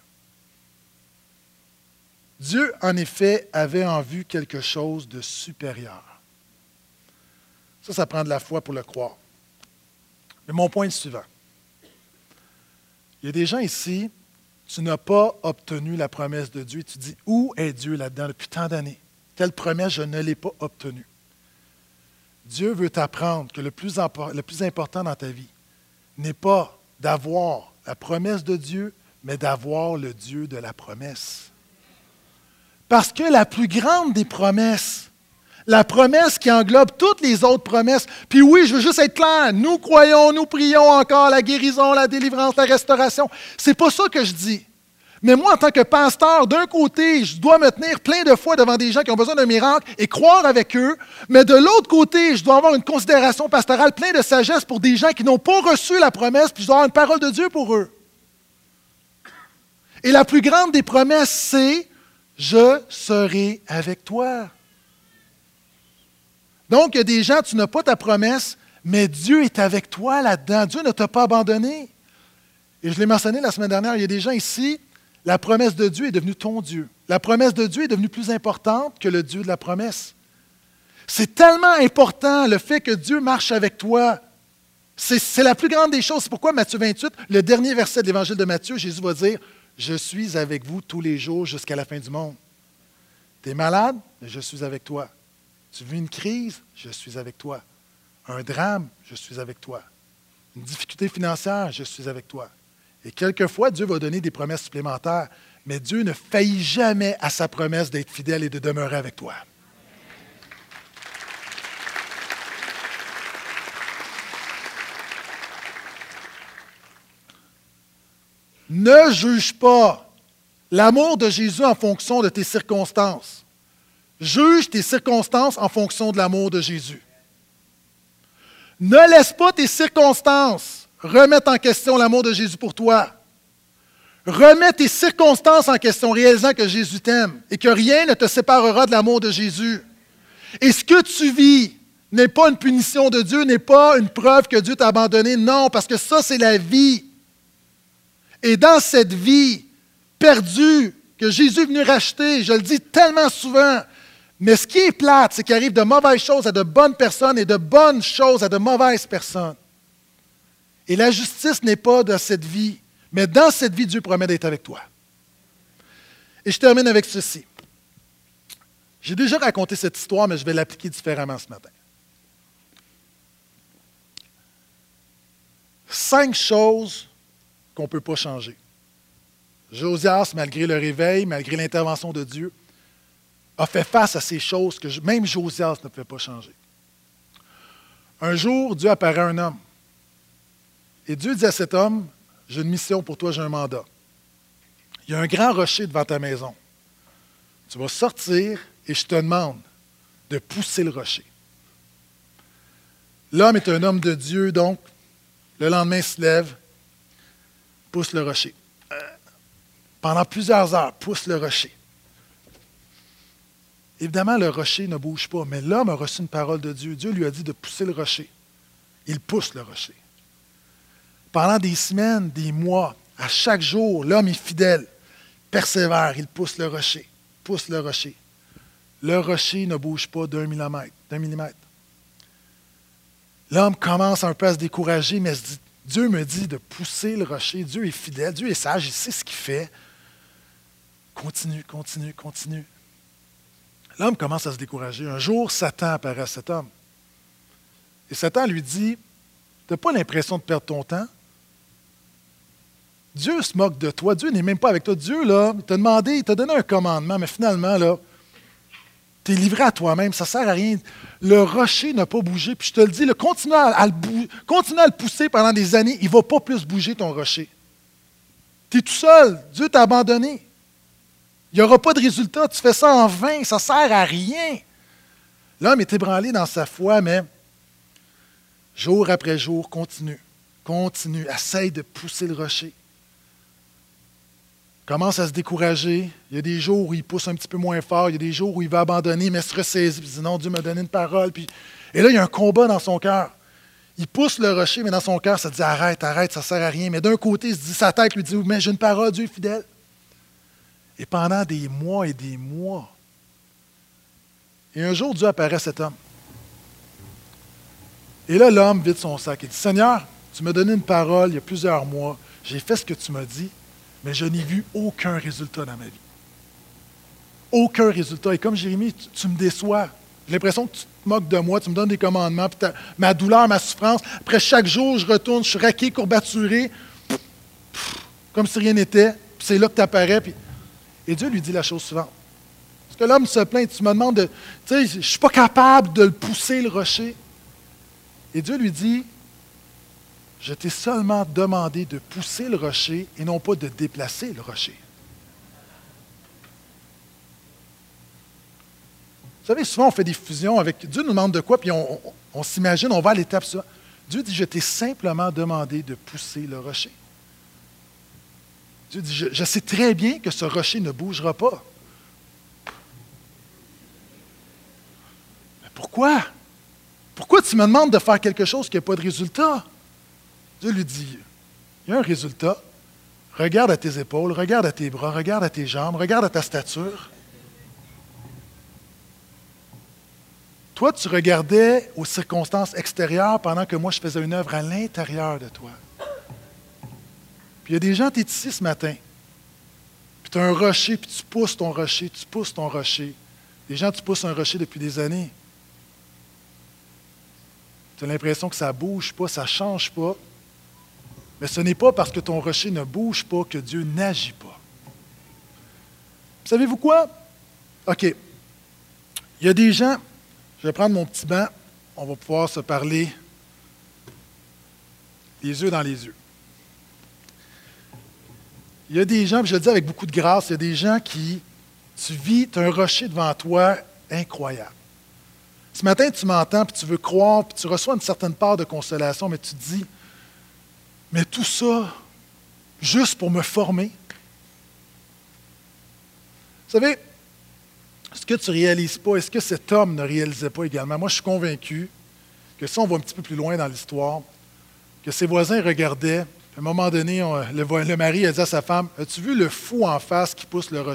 Dieu, en effet, avait en vue quelque chose de supérieur. Ça, ça prend de la foi pour le croire. Mais mon point est le suivant. Il y a des gens ici, tu n'as pas obtenu la promesse de Dieu et tu dis, où est Dieu là-dedans depuis tant d'années? Telle promesse, je ne l'ai pas obtenue. Dieu veut t'apprendre que le plus, le plus important dans ta vie n'est pas d'avoir la promesse de Dieu, mais d'avoir le Dieu de la promesse. Parce que la plus grande des promesses, la promesse qui englobe toutes les autres promesses, puis oui, je veux juste être clair, nous croyons, nous prions encore la guérison, la délivrance, la restauration. C'est pas ça que je dis. Mais moi, en tant que pasteur, d'un côté, je dois me tenir plein de fois devant des gens qui ont besoin d'un miracle et croire avec eux, mais de l'autre côté, je dois avoir une considération pastorale pleine de sagesse pour des gens qui n'ont pas reçu la promesse, puis je dois avoir une parole de Dieu pour eux. Et la plus grande des promesses, c'est « Je serai avec toi ». Donc, il y a des gens, tu n'as pas ta promesse, mais Dieu est avec toi là-dedans. Dieu ne t'a pas abandonné. Et je l'ai mentionné la semaine dernière, il y a des gens ici, la promesse de Dieu est devenue ton Dieu. La promesse de Dieu est devenue plus importante que le Dieu de la promesse. C'est tellement important le fait que Dieu marche avec toi. C'est, c'est la plus grande des choses. C'est pourquoi Matthieu vingt-huit, le dernier verset de l'Évangile de Matthieu, Jésus va dire « Je suis avec vous tous les jours jusqu'à la fin du monde. » Tu es malade? Je suis avec toi. Tu vis une crise? Je suis avec toi. Un drame? Je suis avec toi. Une difficulté financière? Je suis avec toi. Et quelquefois, Dieu va donner des promesses supplémentaires, mais Dieu ne faillit jamais à sa promesse d'être fidèle et de demeurer avec toi. Ne juge pas l'amour de Jésus en fonction de tes circonstances. Juge tes circonstances en fonction de l'amour de Jésus. Ne laisse pas tes circonstances remettre en question l'amour de Jésus pour toi. Remets tes circonstances en question, réalisant que Jésus t'aime et que rien ne te séparera de l'amour de Jésus. Et ce que tu vis n'est pas une punition de Dieu, n'est pas une preuve que Dieu t'a abandonné. Non, parce que ça, c'est la vie. Et dans cette vie perdue que Jésus est venu racheter, je le dis tellement souvent, mais ce qui est plate, c'est qu'il arrive de mauvaises choses à de bonnes personnes et de bonnes choses à de mauvaises personnes. Et la justice n'est pas de cette vie, mais dans cette vie, Dieu promet d'être avec toi. Et je termine avec ceci. J'ai déjà raconté cette histoire, mais je vais l'appliquer différemment ce matin. Cinq choses qu'on ne peut pas changer. Josias, malgré le réveil, malgré l'intervention de Dieu, a fait face à ces choses que même Josias ne pouvait pas changer. Un jour, Dieu apparaît à un homme. Et Dieu dit à cet homme, « J'ai une mission pour toi, j'ai un mandat. Il y a un grand rocher devant ta maison. Tu vas sortir et je te demande de pousser le rocher. » L'homme est un homme de Dieu, donc le lendemain il se lève, pousse le rocher. Pendant plusieurs heures, pousse le rocher. Évidemment, le rocher ne bouge pas, mais l'homme a reçu une parole de Dieu. Dieu lui a dit de pousser le rocher. Il pousse le rocher. Pendant des semaines, des mois, à chaque jour, l'homme est fidèle, persévère, il pousse le rocher, pousse le rocher. Le rocher ne bouge pas d'un millimètre, d'un millimètre. L'homme commence un peu à se décourager, mais se dit, Dieu me dit de pousser le rocher. Dieu est fidèle, Dieu est sage, il sait ce qu'il fait. continue, continue, continue. L'homme commence à se décourager. Un jour, Satan apparaît à cet homme. Et Satan lui dit, tu n'as pas l'impression de perdre ton temps? Dieu se moque de toi. Dieu n'est même pas avec toi. Dieu, là, il t'a demandé, il t'a donné un commandement, mais finalement, là, tu es livré à toi-même. Ça ne sert à rien. Le rocher n'a pas bougé. Puis je te le dis, là, continue, à, à le bou- continue à le pousser pendant des années. Il ne va pas plus bouger ton rocher. Tu es tout seul. Dieu t'a abandonné. Il n'y aura pas de résultat. Tu fais ça en vain. Ça ne sert à rien. L'homme est ébranlé dans sa foi, mais jour après jour, continue. Continue. Essaye de pousser le rocher. Commence à se décourager. Il y a des jours où il pousse un petit peu moins fort. Il y a des jours où il va abandonner, mais se ressaisit. Puis il dit non, Dieu m'a donné une parole. Puis... Et là, il y a un combat dans son cœur. Il pousse le rocher, mais dans son cœur, ça dit arrête, arrête, ça ne sert à rien. Mais d'un côté, il se dit, sa tête lui dit mais j'ai une parole, Dieu est fidèle. Et pendant des mois et des mois, et un jour, Dieu apparaît à cet homme. Et là, l'homme vide son sac. Il dit Seigneur, tu m'as donné une parole il y a plusieurs mois. J'ai fait ce que tu m'as dit. Mais je n'ai vu aucun résultat dans ma vie. Aucun résultat. Et comme Jérémie, tu, tu me déçois. J'ai l'impression que tu te moques de moi, tu me donnes des commandements, puis ta, ma douleur, ma souffrance. Après chaque jour, je retourne, je suis raqué, courbaturé, pff, pff, comme si rien n'était. Puis c'est là que tu apparais. Puis... Et Dieu lui dit la chose suivante. Parce que l'homme se plaint, tu me demandes de... Tu sais, je ne suis pas capable de le pousser, le rocher. Et Dieu lui dit, je t'ai seulement demandé de pousser le rocher et non pas de déplacer le rocher. Vous savez, souvent on fait des fusions avec... Dieu nous demande de quoi, puis on, on, on s'imagine, on va à l'étape ça. Dieu dit, je t'ai simplement demandé de pousser le rocher. Dieu dit, je, je sais très bien que ce rocher ne bougera pas. Mais pourquoi? Pourquoi tu me demandes de faire quelque chose qui n'a pas de résultat? Dieu lui dit, il y a un résultat. Regarde à tes épaules, regarde à tes bras, regarde à tes jambes, regarde à ta stature. Toi, tu regardais aux circonstances extérieures pendant que moi, je faisais une œuvre à l'intérieur de toi. Puis il y a des gens, tu es ici ce matin, puis tu as un rocher, puis tu pousses ton rocher, tu pousses ton rocher. Des gens, tu pousses un rocher depuis des années. Tu as l'impression que ça ne bouge pas, ça ne change pas. Mais ce n'est pas parce que ton rocher ne bouge pas que Dieu n'agit pas. Savez-vous quoi? OK. Il y a des gens, je vais prendre mon petit banc, on va pouvoir se parler les yeux dans les yeux. Il y a des gens, puis je le dis avec beaucoup de grâce, il y a des gens qui, tu vis, tu as un rocher devant toi incroyable. Ce matin, tu m'entends, puis tu veux croire, puis tu reçois une certaine part de consolation, mais tu te dis, mais tout ça, juste pour me former. Vous savez, ce que tu ne réalises pas, est-ce que cet homme ne réalisait pas également? Moi, je suis convaincu que si on va un petit peu plus loin dans l'histoire, que ses voisins regardaient, à un moment donné, on, le, le mari a dit à sa femme, « As-tu vu le fou en face qui pousse le rocher? »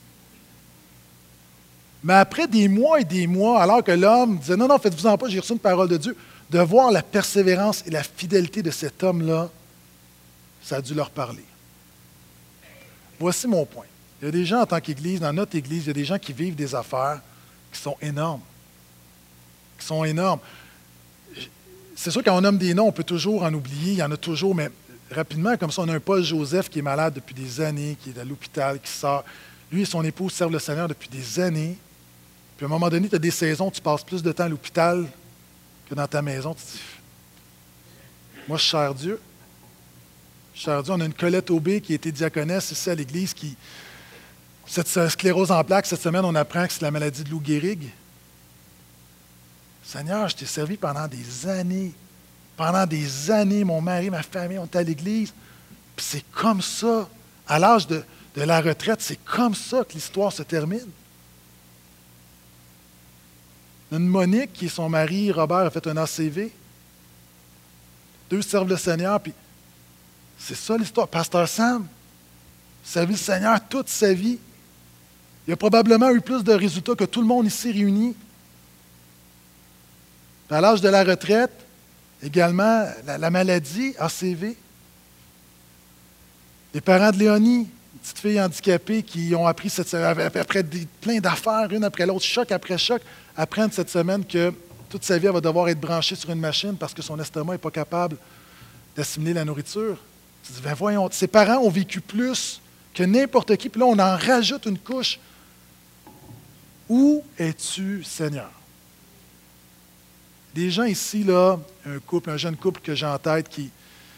Mais après des mois et des mois, alors que l'homme disait, « Non, non, faites-vous-en pas, j'ai reçu une parole de Dieu. » De voir la persévérance et la fidélité de cet homme-là, ça a dû leur parler. Voici mon point. Il y a des gens en tant qu'Église, dans notre Église, il y a des gens qui vivent des affaires qui sont énormes. Qui sont énormes. C'est sûr, quand on nomme des noms, on peut toujours en oublier, il y en a toujours, mais rapidement, comme ça, on a un Paul Joseph qui est malade depuis des années, qui est à l'hôpital, qui sort. Lui et son épouse servent le Seigneur depuis des années. Puis à un moment donné, tu as des saisons, tu passes plus de temps à l'hôpital que dans ta maison, tu te dis, moi, je sers Dieu. Je sers Dieu. On a une Colette Aubé qui a été diaconesse ici à l'Église, qui, cette sclérose en plaques, cette semaine, on apprend que c'est la maladie de Lou Gehrig. Seigneur, je t'ai servi pendant des années. Pendant des années, mon mari, ma famille, on était à l'Église. Puis c'est comme ça, à l'âge de, de la retraite, c'est comme ça que l'histoire se termine. Une Monique, qui est son mari, Robert, a fait un A C V. Deux servent le Seigneur, puis c'est ça l'histoire. Pasteur Sam, servi le Seigneur toute sa vie. Il a probablement eu plus de résultats que tout le monde ici réuni. Puis à l'âge de la retraite, également, la, la maladie, A C V. Les parents de Léonie petites filles handicapées qui ont appris cette, après des, plein d'affaires, une après l'autre, choc après choc, apprennent cette semaine que toute sa vie, elle va devoir être branchée sur une machine parce que son estomac n'est pas capable d'assimiler la nourriture. Tu dis, ben voyons, ses parents ont vécu plus que n'importe qui, puis là, on en rajoute une couche. Où es-tu, Seigneur? Des gens ici, là, un couple, un jeune couple que j'ai en tête qui,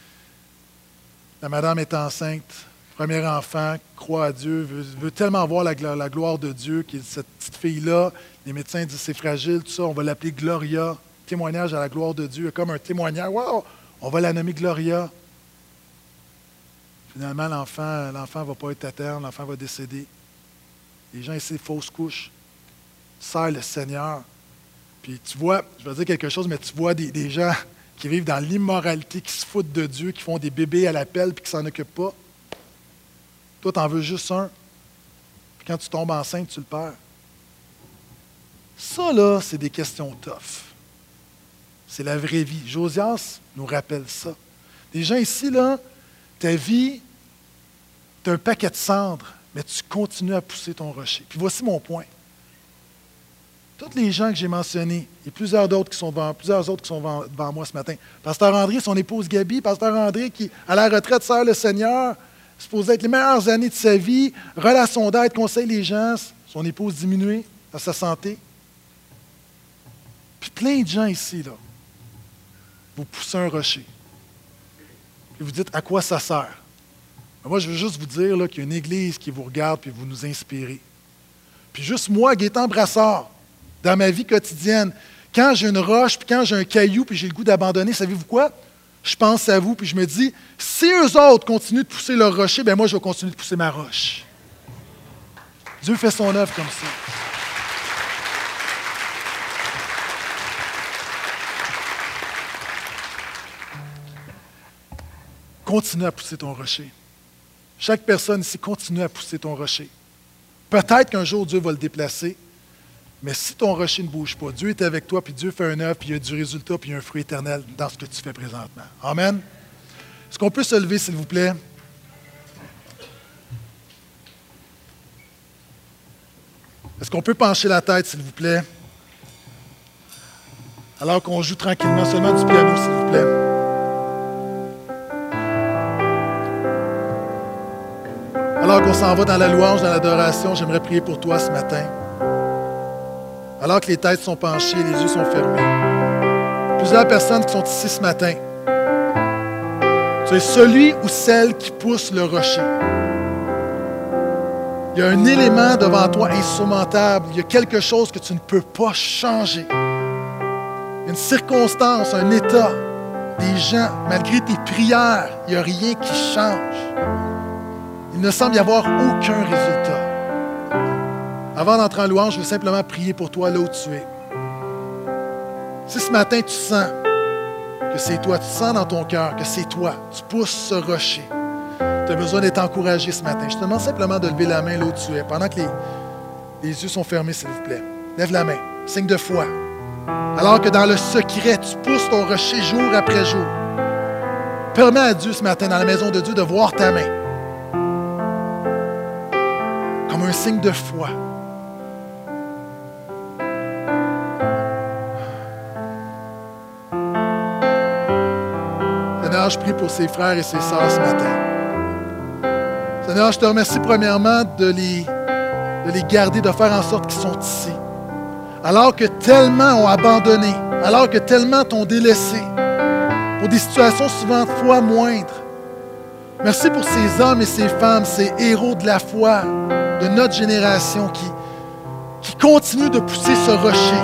la madame est enceinte, premier enfant, croit à Dieu, veut, veut tellement voir la, la gloire de Dieu, que cette petite fille-là, les médecins disent c'est fragile, tout ça, on va l'appeler Gloria, témoignage à la gloire de Dieu, comme un témoignage, wow, on va la nommer Gloria. Finalement, l'enfant l'enfant ne va pas être à terme, l'enfant va décéder. Les gens ici, fausses couches, serrent le Seigneur. Puis tu vois, je vais dire quelque chose, mais tu vois des, des gens qui vivent dans l'immoralité, qui se foutent de Dieu, qui font des bébés à la pelle puis qui ne s'en occupent pas. Toi, tu en veux juste un. Puis quand tu tombes enceinte, tu le perds. Ça, là, c'est des questions tough. C'est la vraie vie. Josias nous rappelle ça. Des gens ici, là, ta vie, tu as un paquet de cendres, mais tu continues à pousser ton rocher. Puis voici mon point. Tous les gens que j'ai mentionnés, et plusieurs d'autres qui sont devant, plusieurs autres qui sont devant, devant moi ce matin. Pasteur André, son épouse Gabi, Pasteur André qui, à la retraite, sert le Seigneur, supposé être les meilleures années de sa vie, relation d'aide, conseille les gens, son épouse diminuée à sa santé. Puis plein de gens ici, là, vous poussez un rocher. Puis vous dites, à quoi ça sert? Mais moi, je veux juste vous dire là, qu'il y a une église qui vous regarde et vous nous inspirez. Puis juste moi, Gaétan Brassard, dans ma vie quotidienne, quand j'ai une roche, puis quand j'ai un caillou, puis j'ai le goût d'abandonner, savez-vous quoi? Je pense à vous, puis je me dis, si eux autres continuent de pousser leur rocher, bien moi, je vais continuer de pousser ma roche. Dieu fait son œuvre comme ça. Continue à pousser ton rocher. Chaque personne ici continue à pousser ton rocher. Peut-être qu'un jour, Dieu va le déplacer, mais si ton rocher ne bouge pas, Dieu est avec toi, puis Dieu fait un œuvre, puis il y a du résultat, puis il y a un fruit éternel dans ce que tu fais présentement. Amen. Est-ce qu'on peut se lever, s'il vous plaît? Est-ce qu'on peut pencher la tête, s'il vous plaît? Alors qu'on joue tranquillement seulement du piano, s'il vous plaît. Alors qu'on s'en va dans la louange, dans l'adoration, j'aimerais prier pour toi ce matin. Alors que les têtes sont penchées, les yeux sont fermés. Plusieurs personnes qui sont ici ce matin. Tu es celui ou celle qui pousse le rocher. Il y a un élément devant toi insurmontable. Il y a quelque chose que tu ne peux pas changer. Une circonstance, un état, des gens, malgré tes prières, il n'y a rien qui change. Il ne semble y avoir aucun résultat. Avant d'entrer en louange, je veux simplement prier pour toi là où tu es. Si ce matin tu sens que c'est toi, tu sens dans ton cœur que c'est toi, tu pousses ce rocher, tu as besoin d'être encouragé ce matin. Je te demande simplement de lever la main là où tu es, pendant que les, les yeux sont fermés, s'il vous plaît. Lève la main, signe de foi. Alors que dans le secret, tu pousses ton rocher jour après jour. Permets à Dieu ce matin, dans la maison de Dieu, de voir ta main. Comme un signe de foi. Seigneur, je prie pour ses frères et ses sœurs ce matin. Seigneur, je te remercie premièrement de les, de les garder, de faire en sorte qu'ils sont ici. Alors que tellement ont abandonné, alors que tellement t'ont délaissé, pour des situations souvent de foi moindres. Merci pour ces hommes et ces femmes, ces héros de la foi de notre génération qui, qui continuent de pousser ce rocher,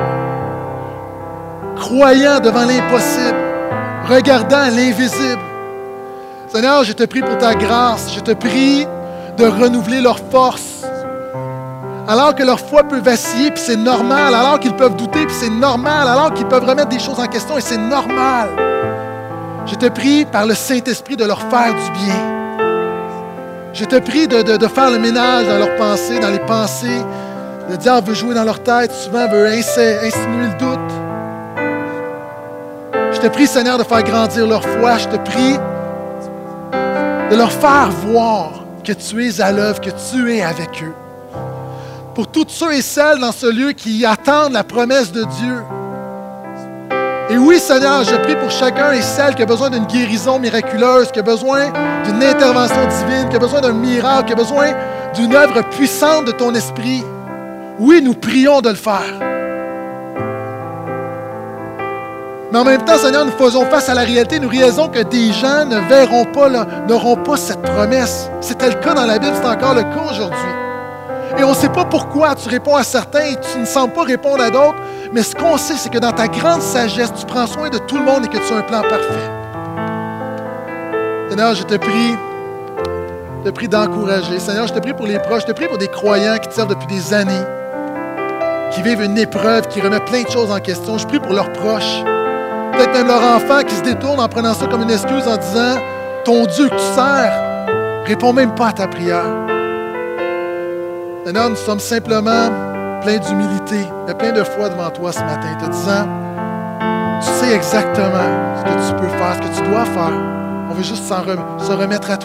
croyant devant l'impossible, regardant l'invisible. Seigneur, je te prie pour ta grâce. Je te prie de renouveler leur force. Alors que leur foi peut vaciller, puis c'est normal. Alors qu'ils peuvent douter, puis c'est normal. Alors qu'ils peuvent remettre des choses en question, et c'est normal. Je te prie par le Saint-Esprit de leur faire du bien. Je te prie de, de, de faire le ménage dans leurs pensées, dans les pensées. Le diable veut jouer dans leur tête, souvent veut insinuer le doute. Je te prie, Seigneur, de faire grandir leur foi. Je te prie de leur faire voir que tu es à l'œuvre, que tu es avec eux. Pour tous ceux et celles dans ce lieu qui attendent la promesse de Dieu. Et oui, Seigneur, je prie pour chacun et celle qui a besoin d'une guérison miraculeuse, qui a besoin d'une intervention divine, qui a besoin d'un miracle, qui a besoin d'une œuvre puissante de ton esprit. Oui, nous prions de le faire. Mais en même temps, Seigneur, nous faisons face à la réalité. Nous réalisons que des gens ne verront pas, là, n'auront pas cette promesse. C'était le cas dans la Bible, c'est encore le cas aujourd'hui. Et on ne sait pas pourquoi tu réponds à certains et tu ne sembles pas répondre à d'autres. Mais ce qu'on sait, c'est que dans ta grande sagesse, tu prends soin de tout le monde et que tu as un plan parfait. Seigneur, je te prie, je te prie d'encourager. Seigneur, je te prie pour les proches, je te prie pour des croyants qui te servent depuis des années, qui vivent une épreuve, qui remettent plein de choses en question. Je prie pour leurs proches. Peut-être même leurs enfants qui se détournent en prenant ça comme une excuse en disant « Ton Dieu que tu sers, répond même pas à ta prière. » Seigneur, nous sommes simplement pleins d'humilité, mais plein de foi devant toi ce matin, te disant « Tu sais exactement ce que tu peux faire, ce que tu dois faire. On veut juste s'en re- se remettre à toi. »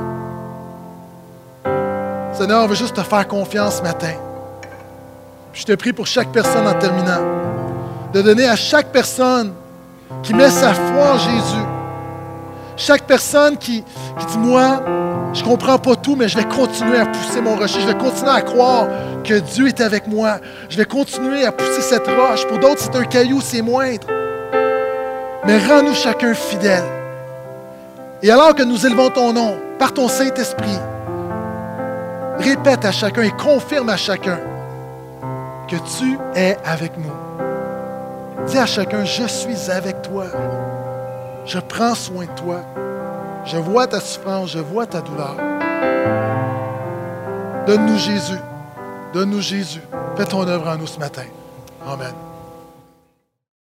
Seigneur, on veut juste te faire confiance ce matin. Puis je te prie pour chaque personne en terminant, de donner à chaque personne qui met sa foi en Jésus. Chaque personne qui, qui dit, moi, je ne comprends pas tout, mais je vais continuer à pousser mon rocher. Je vais continuer à croire que Dieu est avec moi. Je vais continuer à pousser cette roche. Pour d'autres, c'est un caillou, c'est moindre. Mais rends-nous chacun fidèles. Et alors que nous élevons ton nom, par ton Saint-Esprit, répète à chacun et confirme à chacun que tu es avec nous. Dis à chacun, je suis avec toi. Je prends soin de toi. Je vois ta souffrance, je vois ta douleur. Donne-nous Jésus. Donne-nous Jésus. Fais ton œuvre en nous ce matin. Amen.